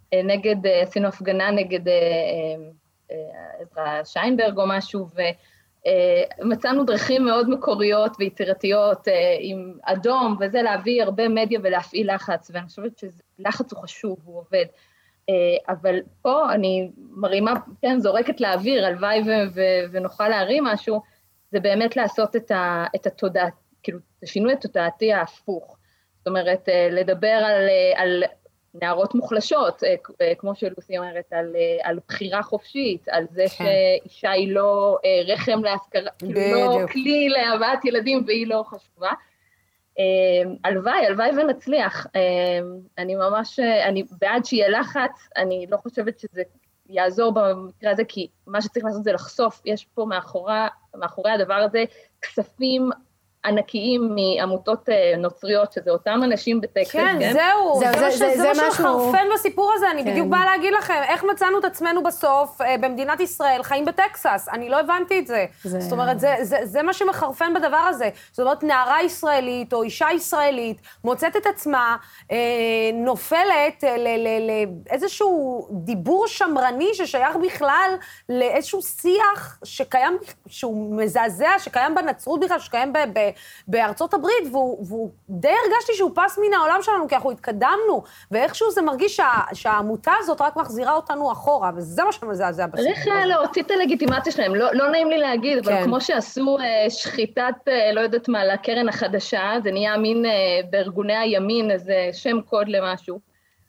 L: עשינו הפגנה נגד עזרא שיינברג או משהו, מצאנו דרכים מאוד מקוריות ויצירתיות עם אדום וזה, להביא הרבה מדיה ולהפעיל לחץ, ואני חושבת שלחץ הוא חשוב, הוא עובד. אבל פה אני מרימה, כן, זורקת לאוויר, הלוואי ונוכל להרים משהו, זה באמת לעשות את התודעה, כאילו, השינוי התודעתי ההפוך. זאת אומרת, לדבר על נערות מוחלשות, כמו שלוסי אומרת, על בחירה חופשית, על זה שאישה היא לא רחם להשכרה, כאילו לא כלי להבאת ילדים והיא לא חשובה. הלוואי ונצליח. אני ממש, אני בעד שיהיה לחץ, אני לא חושבת שזה יעזור במקרה הזה, כי מה שצריך לעשות זה לחשוף, יש פה מאחורי הדבר הזה כספים ענקיים מעמותות נוצריות, שזה אותם אנשים בטקסס.
A: כן, זהו, זה מה שחרפן בסיפור הזה, אני בדיוק באה להגיד לכם, איך מצאנו את עצמנו בסוף במדינת ישראל, חיים בטקסס, אני לא הבנתי את זה. זאת אומרת, זה מה שמחרפן בדבר הזה. זאת אומרת, נערה ישראלית או אישה ישראלית מוצאת את עצמה, נופלת לאיזשהו דיבור שמרני ששייך בכלל לאיזשהו שיח שקיים, שהוא מזעזע, שקיים בנצרות בכלל, שקיים בארצות הברית, והוא די הרגשתי שהוא פס מן העולם שלנו, כי אנחנו התקדמנו, ואיכשהו זה מרגיש שהעמותה הזאת רק מחזירה אותנו אחורה, וזה מה שמזעזע בסיפור.
L: צריך להוציא את הלגיטימציה שלהם, לא נעים לי להגיד, אבל כמו שעשו שחיטת, לא יודעת מה, לקרן החדשה, זה נהיה מין בארגוני הימין, איזה שם קוד למשהו.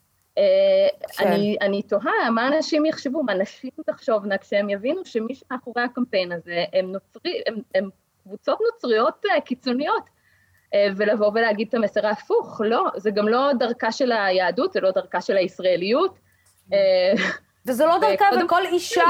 L: אני תוהה, מה אנשים יחשבו, מה נשים תחשובנה, כשהם יבינו שמי שמאחורי הקמפיין הזה, הם קבוצות נוצריות קיצוניות, ולבוא ולהגיד את המסר ההפוך, לא, זה גם לא דרכה של היהדות, זה לא דרכה של הישראליות.
A: וזה לא דרכה, וכל אישה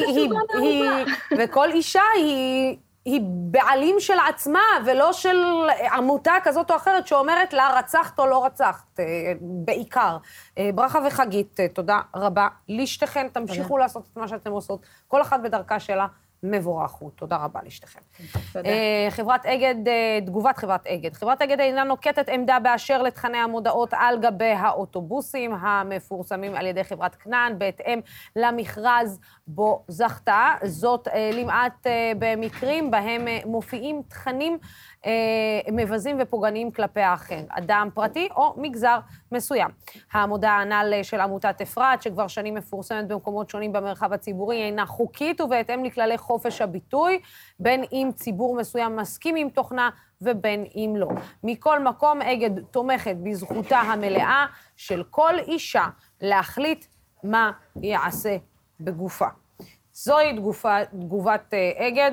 A: וכל אישה היא בעלים של עצמה, ולא של עמותה כזאת או אחרת שאומרת לה רצחת או לא רצחת, בעיקר. ברכה וחגית, תודה רבה. לשתכן, תמשיכו לעשות את מה שאתם עושות, כל אחת בדרכה שלה. מבורכות. תודה רבה לשתכם. חברת אגד, תגובת חברת אגד. חברת אגד אינה נוקטת עמדה באשר לתכני המודעות על גבי האוטובוסים המפורסמים על ידי חברת כנען, בהתאם למכרז בו זכתה. זאת למעט במקרים בהם מופיעים תכנים מבזים ופוגעניים כלפי האחר, אדם פרטי או מגזר מסוים. המודעה הנ"ל של עמותת אפרת, שכבר שנים מפורסמת במקומות שונים במרחב הציבורי, אינה חוקית ובהתאם לכללי חופש הביטוי, בין אם ציבור מסוים מסכים עם תוכנה ובין אם לא. מכל מקום, אגד תומכת בזכותה המלאה של כל אישה להחליט מה יעשה בגופה. זוהי תגובת אגד.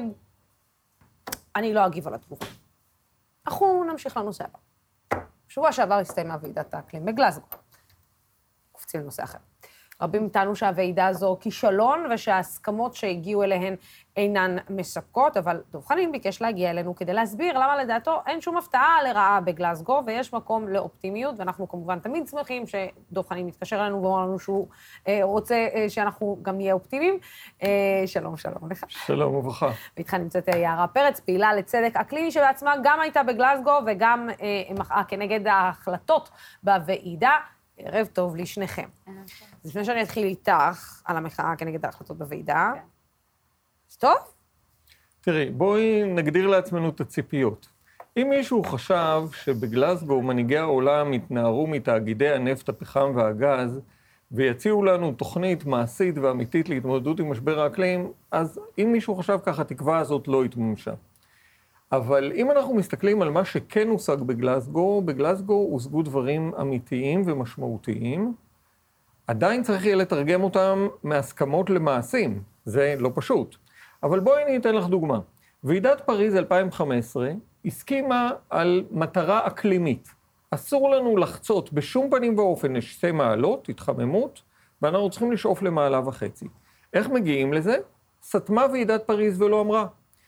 A: אני לא אגיב על התגובה. אנחנו נמשיך לנושא הבא. בשבוע שעבר הסתיימה ועידת האקלים בגלזגו. קופצים לנושא אחר. רבים טענו שהוועידה הזו כישלון, ושההסכמות שהגיעו אליהן אינן מספקות, אבל דב חנין ביקש להגיע אלינו כדי להסביר למה לדעתו אין שום הפתעה לרעה בגלזגו, ויש מקום לאופטימיות, ואנחנו כמובן תמיד שמחים שדב חנין מתקשר אלינו ואומר לנו שהוא רוצה שאנחנו גם נהיה אופטימיים. שלום, שלום לך.
M: שלום וברכה.
A: ואיתך נמצאת יערה פרץ, פעילה לצדק אקלימי שבעצמה גם הייתה בגלזגו, וגם מחאה כנגד ההחלטות בוועידה. ערב טוב לשניכם. אז לפני שאני אתחיל איתך על המחאה כנגד ההחלטות בוועידה, אז טוב?
M: תראי, בואי נגדיר לעצמנו את הציפיות. אם מישהו חשב שבגלזגו מנהיגי העולם יתנערו מתאגידי הנפט, הפחם והגז, ויציעו לנו תוכנית מעשית ואמיתית להתמודדות עם משבר האקלים, אז אם מישהו חשב ככה, התקווה הזאת לא התממשה. אבל אם אנחנו מסתכלים על מה שכן הושג בגלזגו, בגלזגו הושגו דברים אמיתיים ומשמעותיים, עדיין צריך יהיה לתרגם אותם מהסכמות למעשים, זה לא פשוט. אבל בואי אני אתן לך דוגמה. ועידת פריז 2015 הסכימה על מטרה אקלימית. אסור לנו לחצות בשום פנים ואופן ל2 מעלות, התחממות, ואנחנו צריכים לשאוף ל1.5. איך מגיעים לזה? סתמה ועידת פריז ולא אמרה.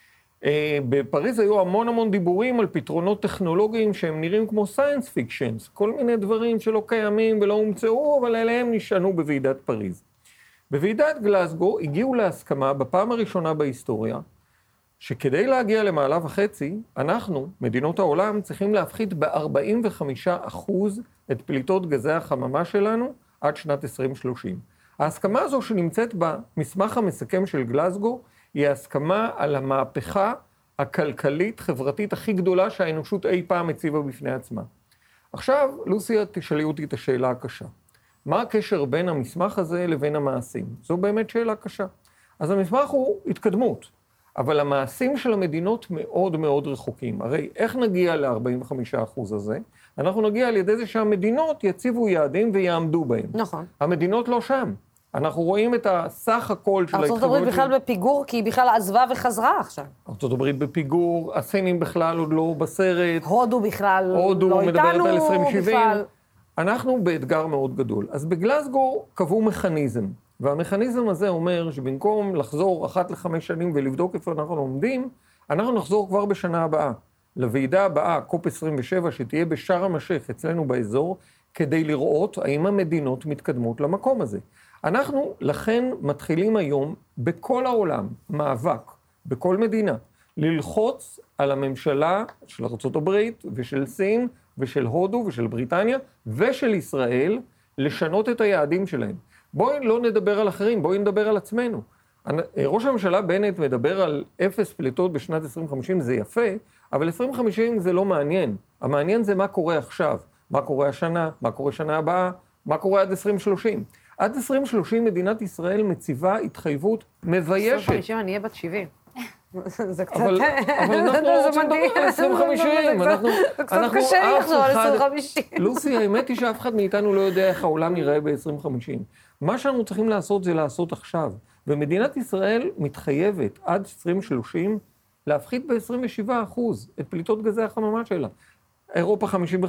M: בפריז היו המון דיבורים על פתרונות טכנולוגיים שהם נראים כמו science fictions, כל מיני דברים שלא קיימים ולא הומצאו, אבל אליהם נשענו בוועידת פריז. בוועידת גלזגו הגיעו להסכמה בפעם הראשונה בהיסטוריה, שכדי להגיע ל1.5, אנחנו, מדינות העולם, צריכים להפחית ב-45% את פליטות גזי החממה שלנו עד שנת 2030. ההסכמה הזו שנמצאת במסמך המסכם של גלזגו, היא ההסכמה על המהפכה הכלכלית, חברתית הכי גדולה שהאנושות אי פעם הציבה בפני עצמה. עכשיו, לוסיה, תשאלי אותי את השאלה הקשה. מה הקשר בין המסמך הזה לבין המעשים? זו באמת שאלה קשה. אז המסמך הוא התקדמות, אבל המעשים של המדינות מאוד מאוד רחוקים. הרי איך נגיע ל-45% הזה? אנחנו נגיע על ידי זה שהמדינות יציבו יעדים ויעמדו בהם.
A: נכון.
M: המדינות לא שם. אנחנו רואים את הסך הכל של ההתחייבויות.
A: ארצות הברית בכלל בפיגור, כי היא בכלל עזבה וחזרה עכשיו.
M: ארצות הברית בפיגור, הסינים בכלל עוד לא בסרט.
A: הודו בכלל לא איתנו.
M: הודו מדברת על 2070. אנחנו באתגר מאוד גדול. אז בגלזגו קבעו מכניזם, והמכניזם הזה אומר שבמקום לחזור 1 ל-5 שנים ולבדוק איפה אנחנו עומדים, אנחנו נחזור כבר בשנה הבאה. לוועידה הבאה, קופ 27, שתהיה בשארם א-שייח אצלנו באזור, כדי לראות האם המדינות מתקדמות למקום הזה. אנחנו לכן מתחילים היום בכל העולם מאבק, בכל מדינה, ללחוץ על הממשלה של ארצות הברית ושל סין ושל הודו ושל בריטניה ושל ישראל לשנות את היעדים שלהם. בואי לא נדבר על אחרים, בואי נדבר על עצמנו. ראש הממשלה בנט מדבר על 0 פליטות בשנת 2050, זה יפה, אבל 2050 זה לא מעניין. המעניין זה מה קורה עכשיו, מה קורה השנה, מה קורה שנה הבאה, מה קורה עד 2030. עד 2030 מדינת ישראל מציבה התחייבות מביישת.
A: 2050 אני אהיה בת 70. זה קצת...
M: אבל אנחנו לא רוצים לדבר על 2050.
A: זה קצת קשה לי לחשוב על 2050.
M: לוסי, האמת היא שאף אחד מאיתנו לא יודע איך העולם ייראה ב-2050. מה שאנחנו צריכים לעשות זה לעשות עכשיו. ומדינת ישראל מתחייבת עד 2030 להפחית ב-27% את פליטות גזי החממה שלה. אירופה 55%,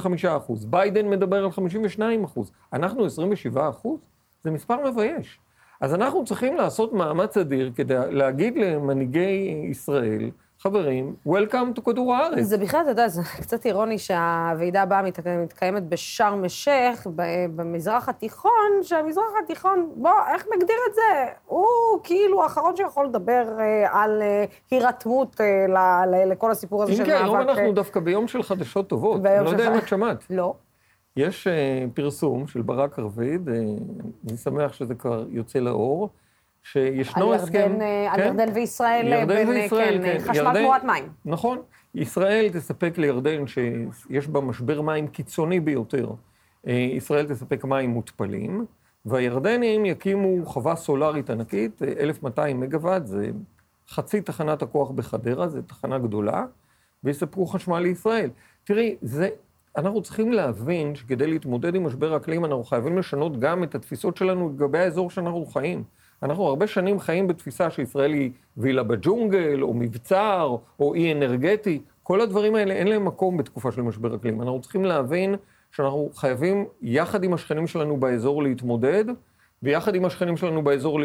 M: ביידן מדבר על 52%. אנחנו 27%? זה מספר מבייש. אז אנחנו צריכים לעשות מאמץ אדיר כדי להגיד למנהיגי ישראל, חברים, Welcome to כדור הארץ.
A: זה בכלל, אתה יודע, זה קצת אירוני שהוועידה הבאה מתקיימת בשארם א-שייח, במזרח התיכון, שהמזרח התיכון, בוא, איך נגדיר את זה? הוא כאילו האחרון שיכול לדבר על הירתמות לכל הסיפור הזה של מאבק.
M: אם כן, היום אנחנו דווקא ביום של חדשות טובות. אני לא יודע אם את שמעת.
A: לא.
M: יש פרסום של ברק רביד, אני שמח שזה כבר יוצא לאור, שישנו הסכם...
A: על ירדן וישראל, כן, חשמל תמורת מים.
M: נכון. ישראל תספק לירדן שיש בה משבר מים קיצוני ביותר. ישראל תספק מים מותפלים, והירדנים יקימו חווה סולרית ענקית, 1200 מגוואט, זה חצי תחנת הכוח בחדרה, זה תחנה גדולה, ויספקו חשמל לישראל. תראי, אנחנו צריכים להבין שכדי להתמודד עם משבר האקלים, אנחנו חייבים לשנות גם את התפיסות שלנו לגבי האזור שאנחנו חיים. אנחנו הרבה שנים חיים בתפיסה שישראל היא וילה בג'ונגל, או מבצר, או אי אנרגטי. כל הדברים האלה אין להם מקום בתקופה של משבר אקלים. אנחנו צריכים להבין שאנחנו חייבים יחד עם השכנים שלנו באזור להתמודד, ויחד עם השכנים שלנו באזור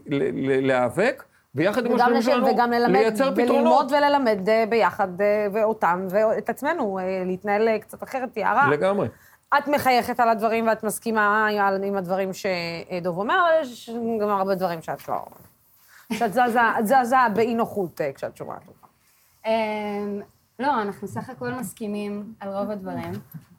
M: להיאבק, ויחד עם השכנים שלנו לייצר פתרונות.
A: וללמוד וללמד ביחד ואותם ואת עצמנו, להתנהל קצת אחרת, יערה.
M: לגמרי.
A: את מחייכת על הדברים ואת מסכימה עם הדברים שדוב אומר, אבל יש גם הרבה דברים שאת לא... שאת זזה באי נוחות כשאת שומעת אותך.
K: לא, אנחנו סך הכל מסכימים על רוב הדברים.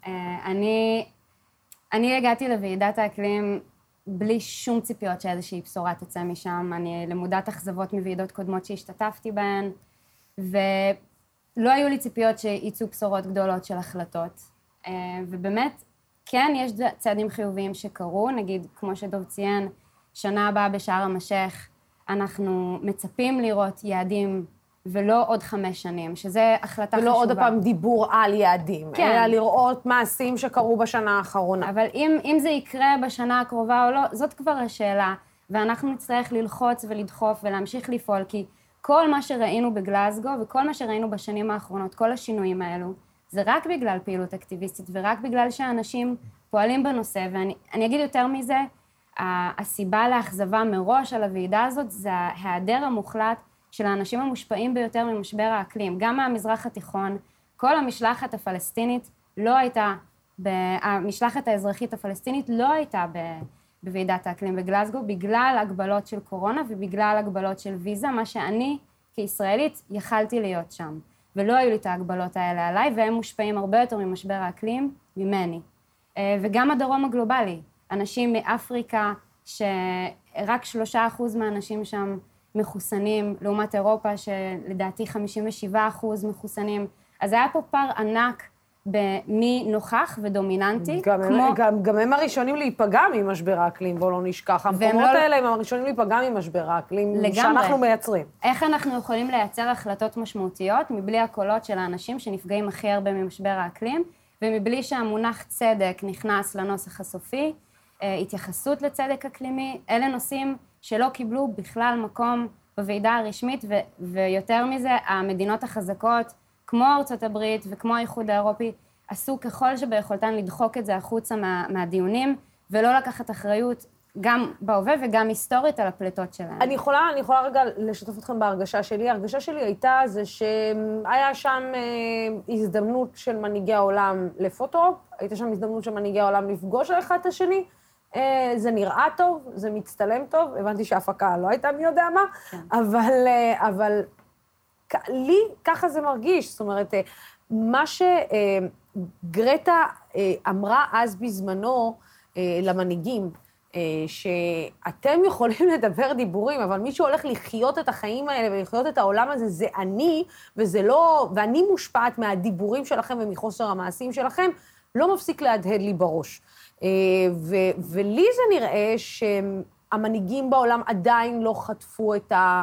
K: אני הגעתי לוועידת האקלים בלי שום ציפיות שאיזושהי בשורה תצא משם. אני למודת אכזבות מוועידות קודמות שהשתתפתי בהן, ולא היו לי ציפיות שיצאו בשורות גדולות של החלטות. ובאמת, כן, יש צעדים חיוביים שקרו, נגיד, כמו שדוב ציין, שנה הבאה בשארם א-שייח, אנחנו מצפים לראות יעדים ולא עוד 5 שנים, שזה החלטה חשובה.
A: ולא עוד הפעם דיבור על יעדים,
K: כן.
A: אלא לראות מעשים שקרו בשנה האחרונה.
K: אבל אם זה יקרה בשנה הקרובה או לא, זאת כבר השאלה, ואנחנו נצטרך ללחוץ ולדחוף ולהמשיך לפעול, כי כל מה שראינו בגלזגו וכל מה שראינו בשנים האחרונות, כל השינויים האלו, זה רק בגלל פעילות אקטיביסטית ורק בגלל שאנשים פועלים בנושא, ואני אגיד יותר מזה, הסיבה לאכזבה מראש על הוועידה הזאת זה ההיעדר המוחלט של האנשים המושפעים ביותר ממשבר האקלים. גם מהמזרח התיכון, כל המשלחת הפלסטינית לא הייתה, המשלחת האזרחית הפלסטינית לא הייתה בוועידת האקלים בגלזגו, בגלל הגבלות של קורונה ובגלל הגבלות של ויזה, מה שאני כישראלית יכלתי להיות שם. ולא היו לי את ההגבלות האלה עליי, והם מושפעים הרבה יותר ממשבר האקלים ממני. וגם הדרום הגלובלי, אנשים מאפריקה, שרק 3% מהאנשים שם
N: מחוסנים, לעומת אירופה שלדעתי 57% מחוסנים. אז היה פה פער ענק במי נוכח ודומיננטי.
A: גם הם הראשונים להיפגע ממשבר האקלים, בואו לא נשכח. המקומות האלה הם הראשונים להיפגע ממשבר האקלים שאנחנו מייצרים.
N: איך אנחנו יכולים לייצר החלטות משמעותיות מבלי הקולות של האנשים שנפגעים הכי הרבה ממשבר האקלים, ומבלי שהמונח צדק נכנס לנוסח הסופי, התייחסות לצדק אקלימי, אלה נושאים שלא קיבלו בכלל מקום בוועידה הרשמית, ויותר מזה, המדינות החזקות, כמו ארצות הברית וכמו האיחוד האירופי, עשו ככל שביכולתן לדחוק את זה החוצה מהדיונים, ולא לקחת אחריות גם בהווה וגם היסטורית על הפליטות שלהם.
A: אני יכולה רגע לשתף אתכם בהרגשה שלי. ההרגשה שלי הייתה זה שהיה שם הזדמנות של מנהיגי העולם לפוטו, הייתה שם הזדמנות של מנהיגי העולם לפגוש אחד את השני, זה נראה טוב, זה מצטלם טוב, הבנתי שההפקה לא הייתה מי יודע מה, אבל לי ככה זה מרגיש, זאת אומרת, מה שגרטה אמרה אז בזמנו למנהיגים, שאתם יכולים לדבר דיבורים, אבל מי שהולך לחיות את החיים האלה ולחיות את העולם הזה, זה אני, וזה לא, ואני מושפעת מהדיבורים שלכם ומחוסר המעשים שלכם, לא מפסיק להדהד לי בראש. ולי זה נראה שהמנהיגים בעולם עדיין לא חטפו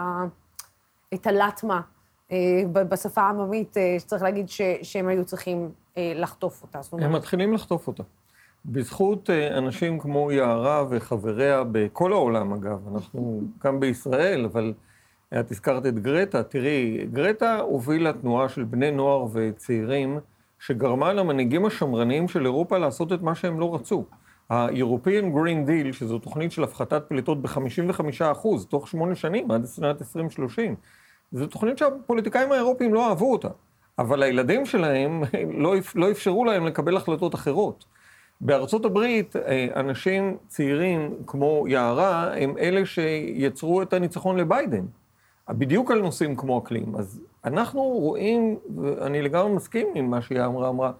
A: את הלטמה בשפה העממית, שצריך להגיד שהם היו צריכים לחטוף אותה.
M: הם מתחילים לחטוף אותה. בזכות אנשים כמו יערה וחבריה בכל העולם, אגב, אנחנו גם בישראל, אבל את הזכרת את גרטה. תראי, גרטה הובילה תנועה של בני נוער וצעירים, שגרמה למנהיגים השמרניים של אירופה לעשות את מה שהם לא רצו. ה-European Green Deal, שזו תוכנית של הפחתת פליטות ב-55%, תוך 8 שנים, עד שנת 2030, זו תוכנית שהפוליטיקאים האירופיים לא אהבו אותה, אבל הילדים שלהם לא אפשרו להם לקבל החלטות אחרות. בארצות הברית, אנשים צעירים כמו יערה, הם אלה שיצרו את הניצחון לביידן, בדיוק על נושאים כמו אקלים. אז אנחנו רואים, ואני לגמרי מסכים עם מה שיערה אמרה,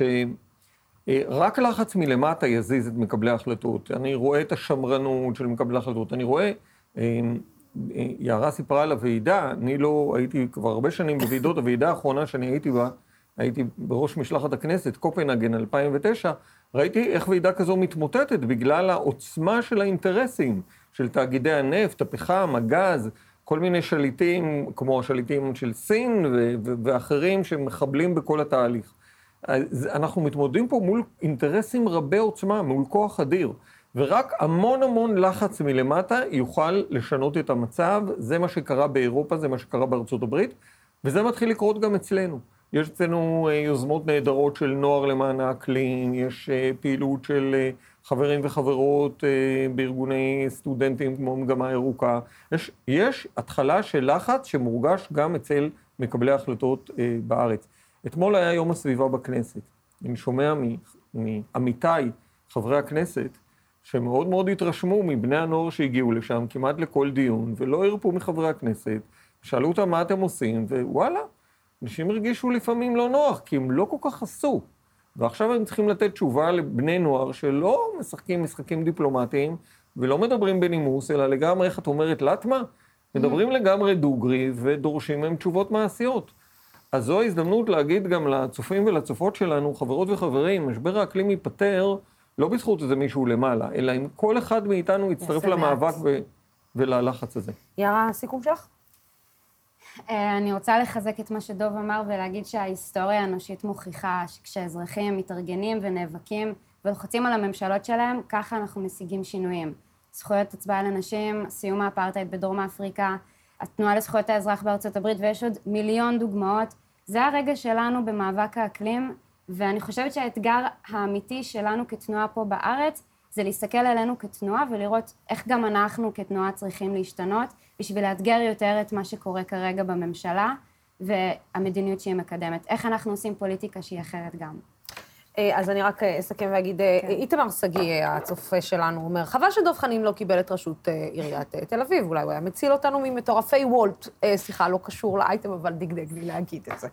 M: שרק לחץ מלמטה יזיז את מקבלי ההחלטות. אני רואה את השמרנות של מקבלי ההחלטות, אני רואה, יערה סיפרה על הוועידה, אני לא הייתי כבר הרבה שנים בוועידות, הוועידה האחרונה שאני הייתי בה, הייתי בראש משלחת הכנסת, קופנהגן 2009, ראיתי איך ועידה כזו מתמוטטת בגלל העוצמה של האינטרסים, של תאגידי הנפט, הפחם, הגז, כל מיני שליטים, כמו השליטים של סין ואחרים שמחבלים בכל התהליך. אז אנחנו מתמודדים פה מול אינטרסים רבי עוצמה, מול כוח אדיר, ורק המון לחץ מלמטה יוכל לשנות את המצב. זה מה שקרה באירופה, זה מה שקרה בארצות הברית, וזה מתחיל לקרות גם אצלנו. יש אצלנו יוזמות נהדרות של נוער למען האקלים, יש פעילות של חברים וחברות בארגוני סטודנטים כמו מגמה ירוקה. יש התחלה של לחץ שמורגש גם אצל מקבלי ההחלטות בארץ. אתמול היה יום הסביבה בכנסת. אני שומע מעמיתיי חברי הכנסת שמאוד מאוד התרשמו מבני הנוער שהגיעו לשם כמעט לכל דיון, ולא הרפו מחברי הכנסת, שאלו אותם מה אתם עושים, ווואלה, אנשים הרגישו לפעמים לא נוח, כי הם לא כל כך עשו. ועכשיו הם צריכים לתת תשובה לבני נוער שלא משחקים משחקים דיפלומטיים, ולא מדברים בנימוס, אלא לגמרי, איך את אומרת, לטמה? מדברים לגמרי דוגרי, ודורשים מהם תשובות מעשיות. אז זו ההזדמנות להגיד גם לצופים ולצופות שלנו, חברות וחברים, משבר האקלים ייפטר, לא בזכות איזה מישהו למעלה, אלא אם כל אחד מאיתנו יצטרף למאבק וללחץ הזה.
A: יערה, סיכום שלך?
N: אני רוצה לחזק את מה שדוב אמר ולהגיד שההיסטוריה האנושית מוכיחה שכשאזרחים מתארגנים ונאבקים ולוחצים על הממשלות שלהם, ככה אנחנו משיגים שינויים. זכויות הצבעה לנשים, סיום האפרטהייד בדרום אפריקה, התנועה לזכויות האזרח בארצות הברית, ויש עוד מיליון דוגמאות. זה הרגע שלנו במאבק האקלים, ואני חושבת שהאתגר האמיתי שלנו כתנועה פה בארץ, זה להסתכל עלינו כתנועה ולראות איך גם אנחנו כתנועה צריכים להשתנות, בשביל לאתגר יותר את מה שקורה כרגע בממשלה, והמדיניות שהיא מקדמת. איך אנחנו עושים פוליטיקה שהיא אחרת גם.
A: אז אני רק אסכם ואגיד, איתמר סגי, הצופה שלנו, אומר, חבל שדוב חנין לא קיבל את ראשות עיריית תל אביב, אולי הוא היה מציל אותנו ממטורפי וולט, סליחה, לא קשור לאייטם, אבל דגדג לי להגיד את זה.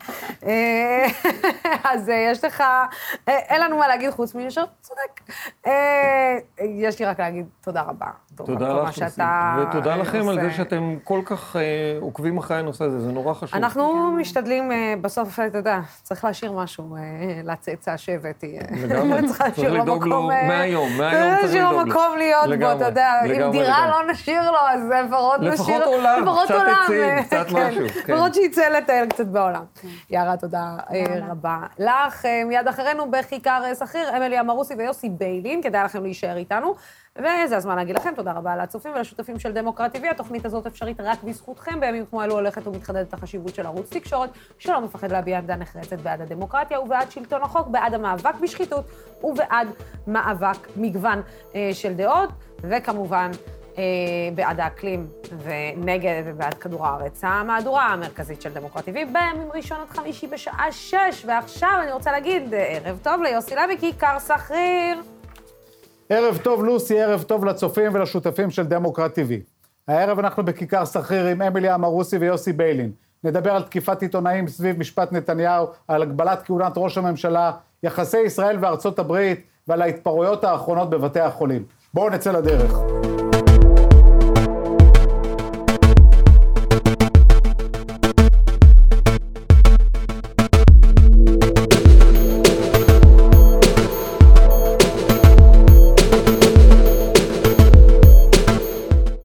A: אז יש לך, אין לנו מה להגיד חוץ מנשר, צודק. יש לי רק להגיד תודה רבה,
M: תודה לך, ותודה לכם על זה שאתם כל כך עוקבים אחרי הנושא הזה, זה נורא חשוב.
A: אנחנו משתדלים בסוף, אתה יודע, צריך להשאיר משהו לצאצא שהבאתי.
M: לגמרי, צריך לדאוג לו מהיום צריך לדאוג לו.
A: להשאיר לו מקום להיות בו, אתה יודע, אם דירה לא נשאיר לו, אז לפחות נשאיר...
M: לפחות עולם, קצת עצים, קצת משהו.
A: לפחות שיצא לטייל קצת בעולם. יערה, תודה רבה לך. מיד אחרינו בכיכר שכיר, אמילי אמרוסי ויוסי ביילין, כדאי לכם להישאר איתנו. וזה הזמן להגיד לכם, תודה רבה לצופים ולשותפים של דמוקרט TV. התוכנית הזאת אפשרית רק בזכותכם. בימים כמו אלו הולכת ומתחדדת החשיבות של ערוץ תקשורת, שלא מפחד להביע עמדה נחרצת בעד הדמוקרטיה ובעד שלטון החוק, בעד המאבק בשחיתות ובעד מאבק מגוון של דעות, וכמובן בעד האקלים ונגד ובעד כדור הארץ. המהדורה המרכזית של דמוקרט TV בימים ראשון עד חמישי בשעה 6. ועכשיו אני רוצה להגיד ערב טוב ליוסי לוי, כיכר שכיר.
O: ערב טוב לוסי, ערב טוב לצופים ולשותפים של דמוקרט TV. הערב אנחנו בכיכר שכיר עם אמילי אמרוסי ויוסי ביילין. נדבר על תקיפת עיתונאים סביב משפט נתניהו, על הגבלת כהונת ראש הממשלה, יחסי ישראל וארצות הברית ועל ההתפרעויות האחרונות בבתי החולים. בואו נצא לדרך.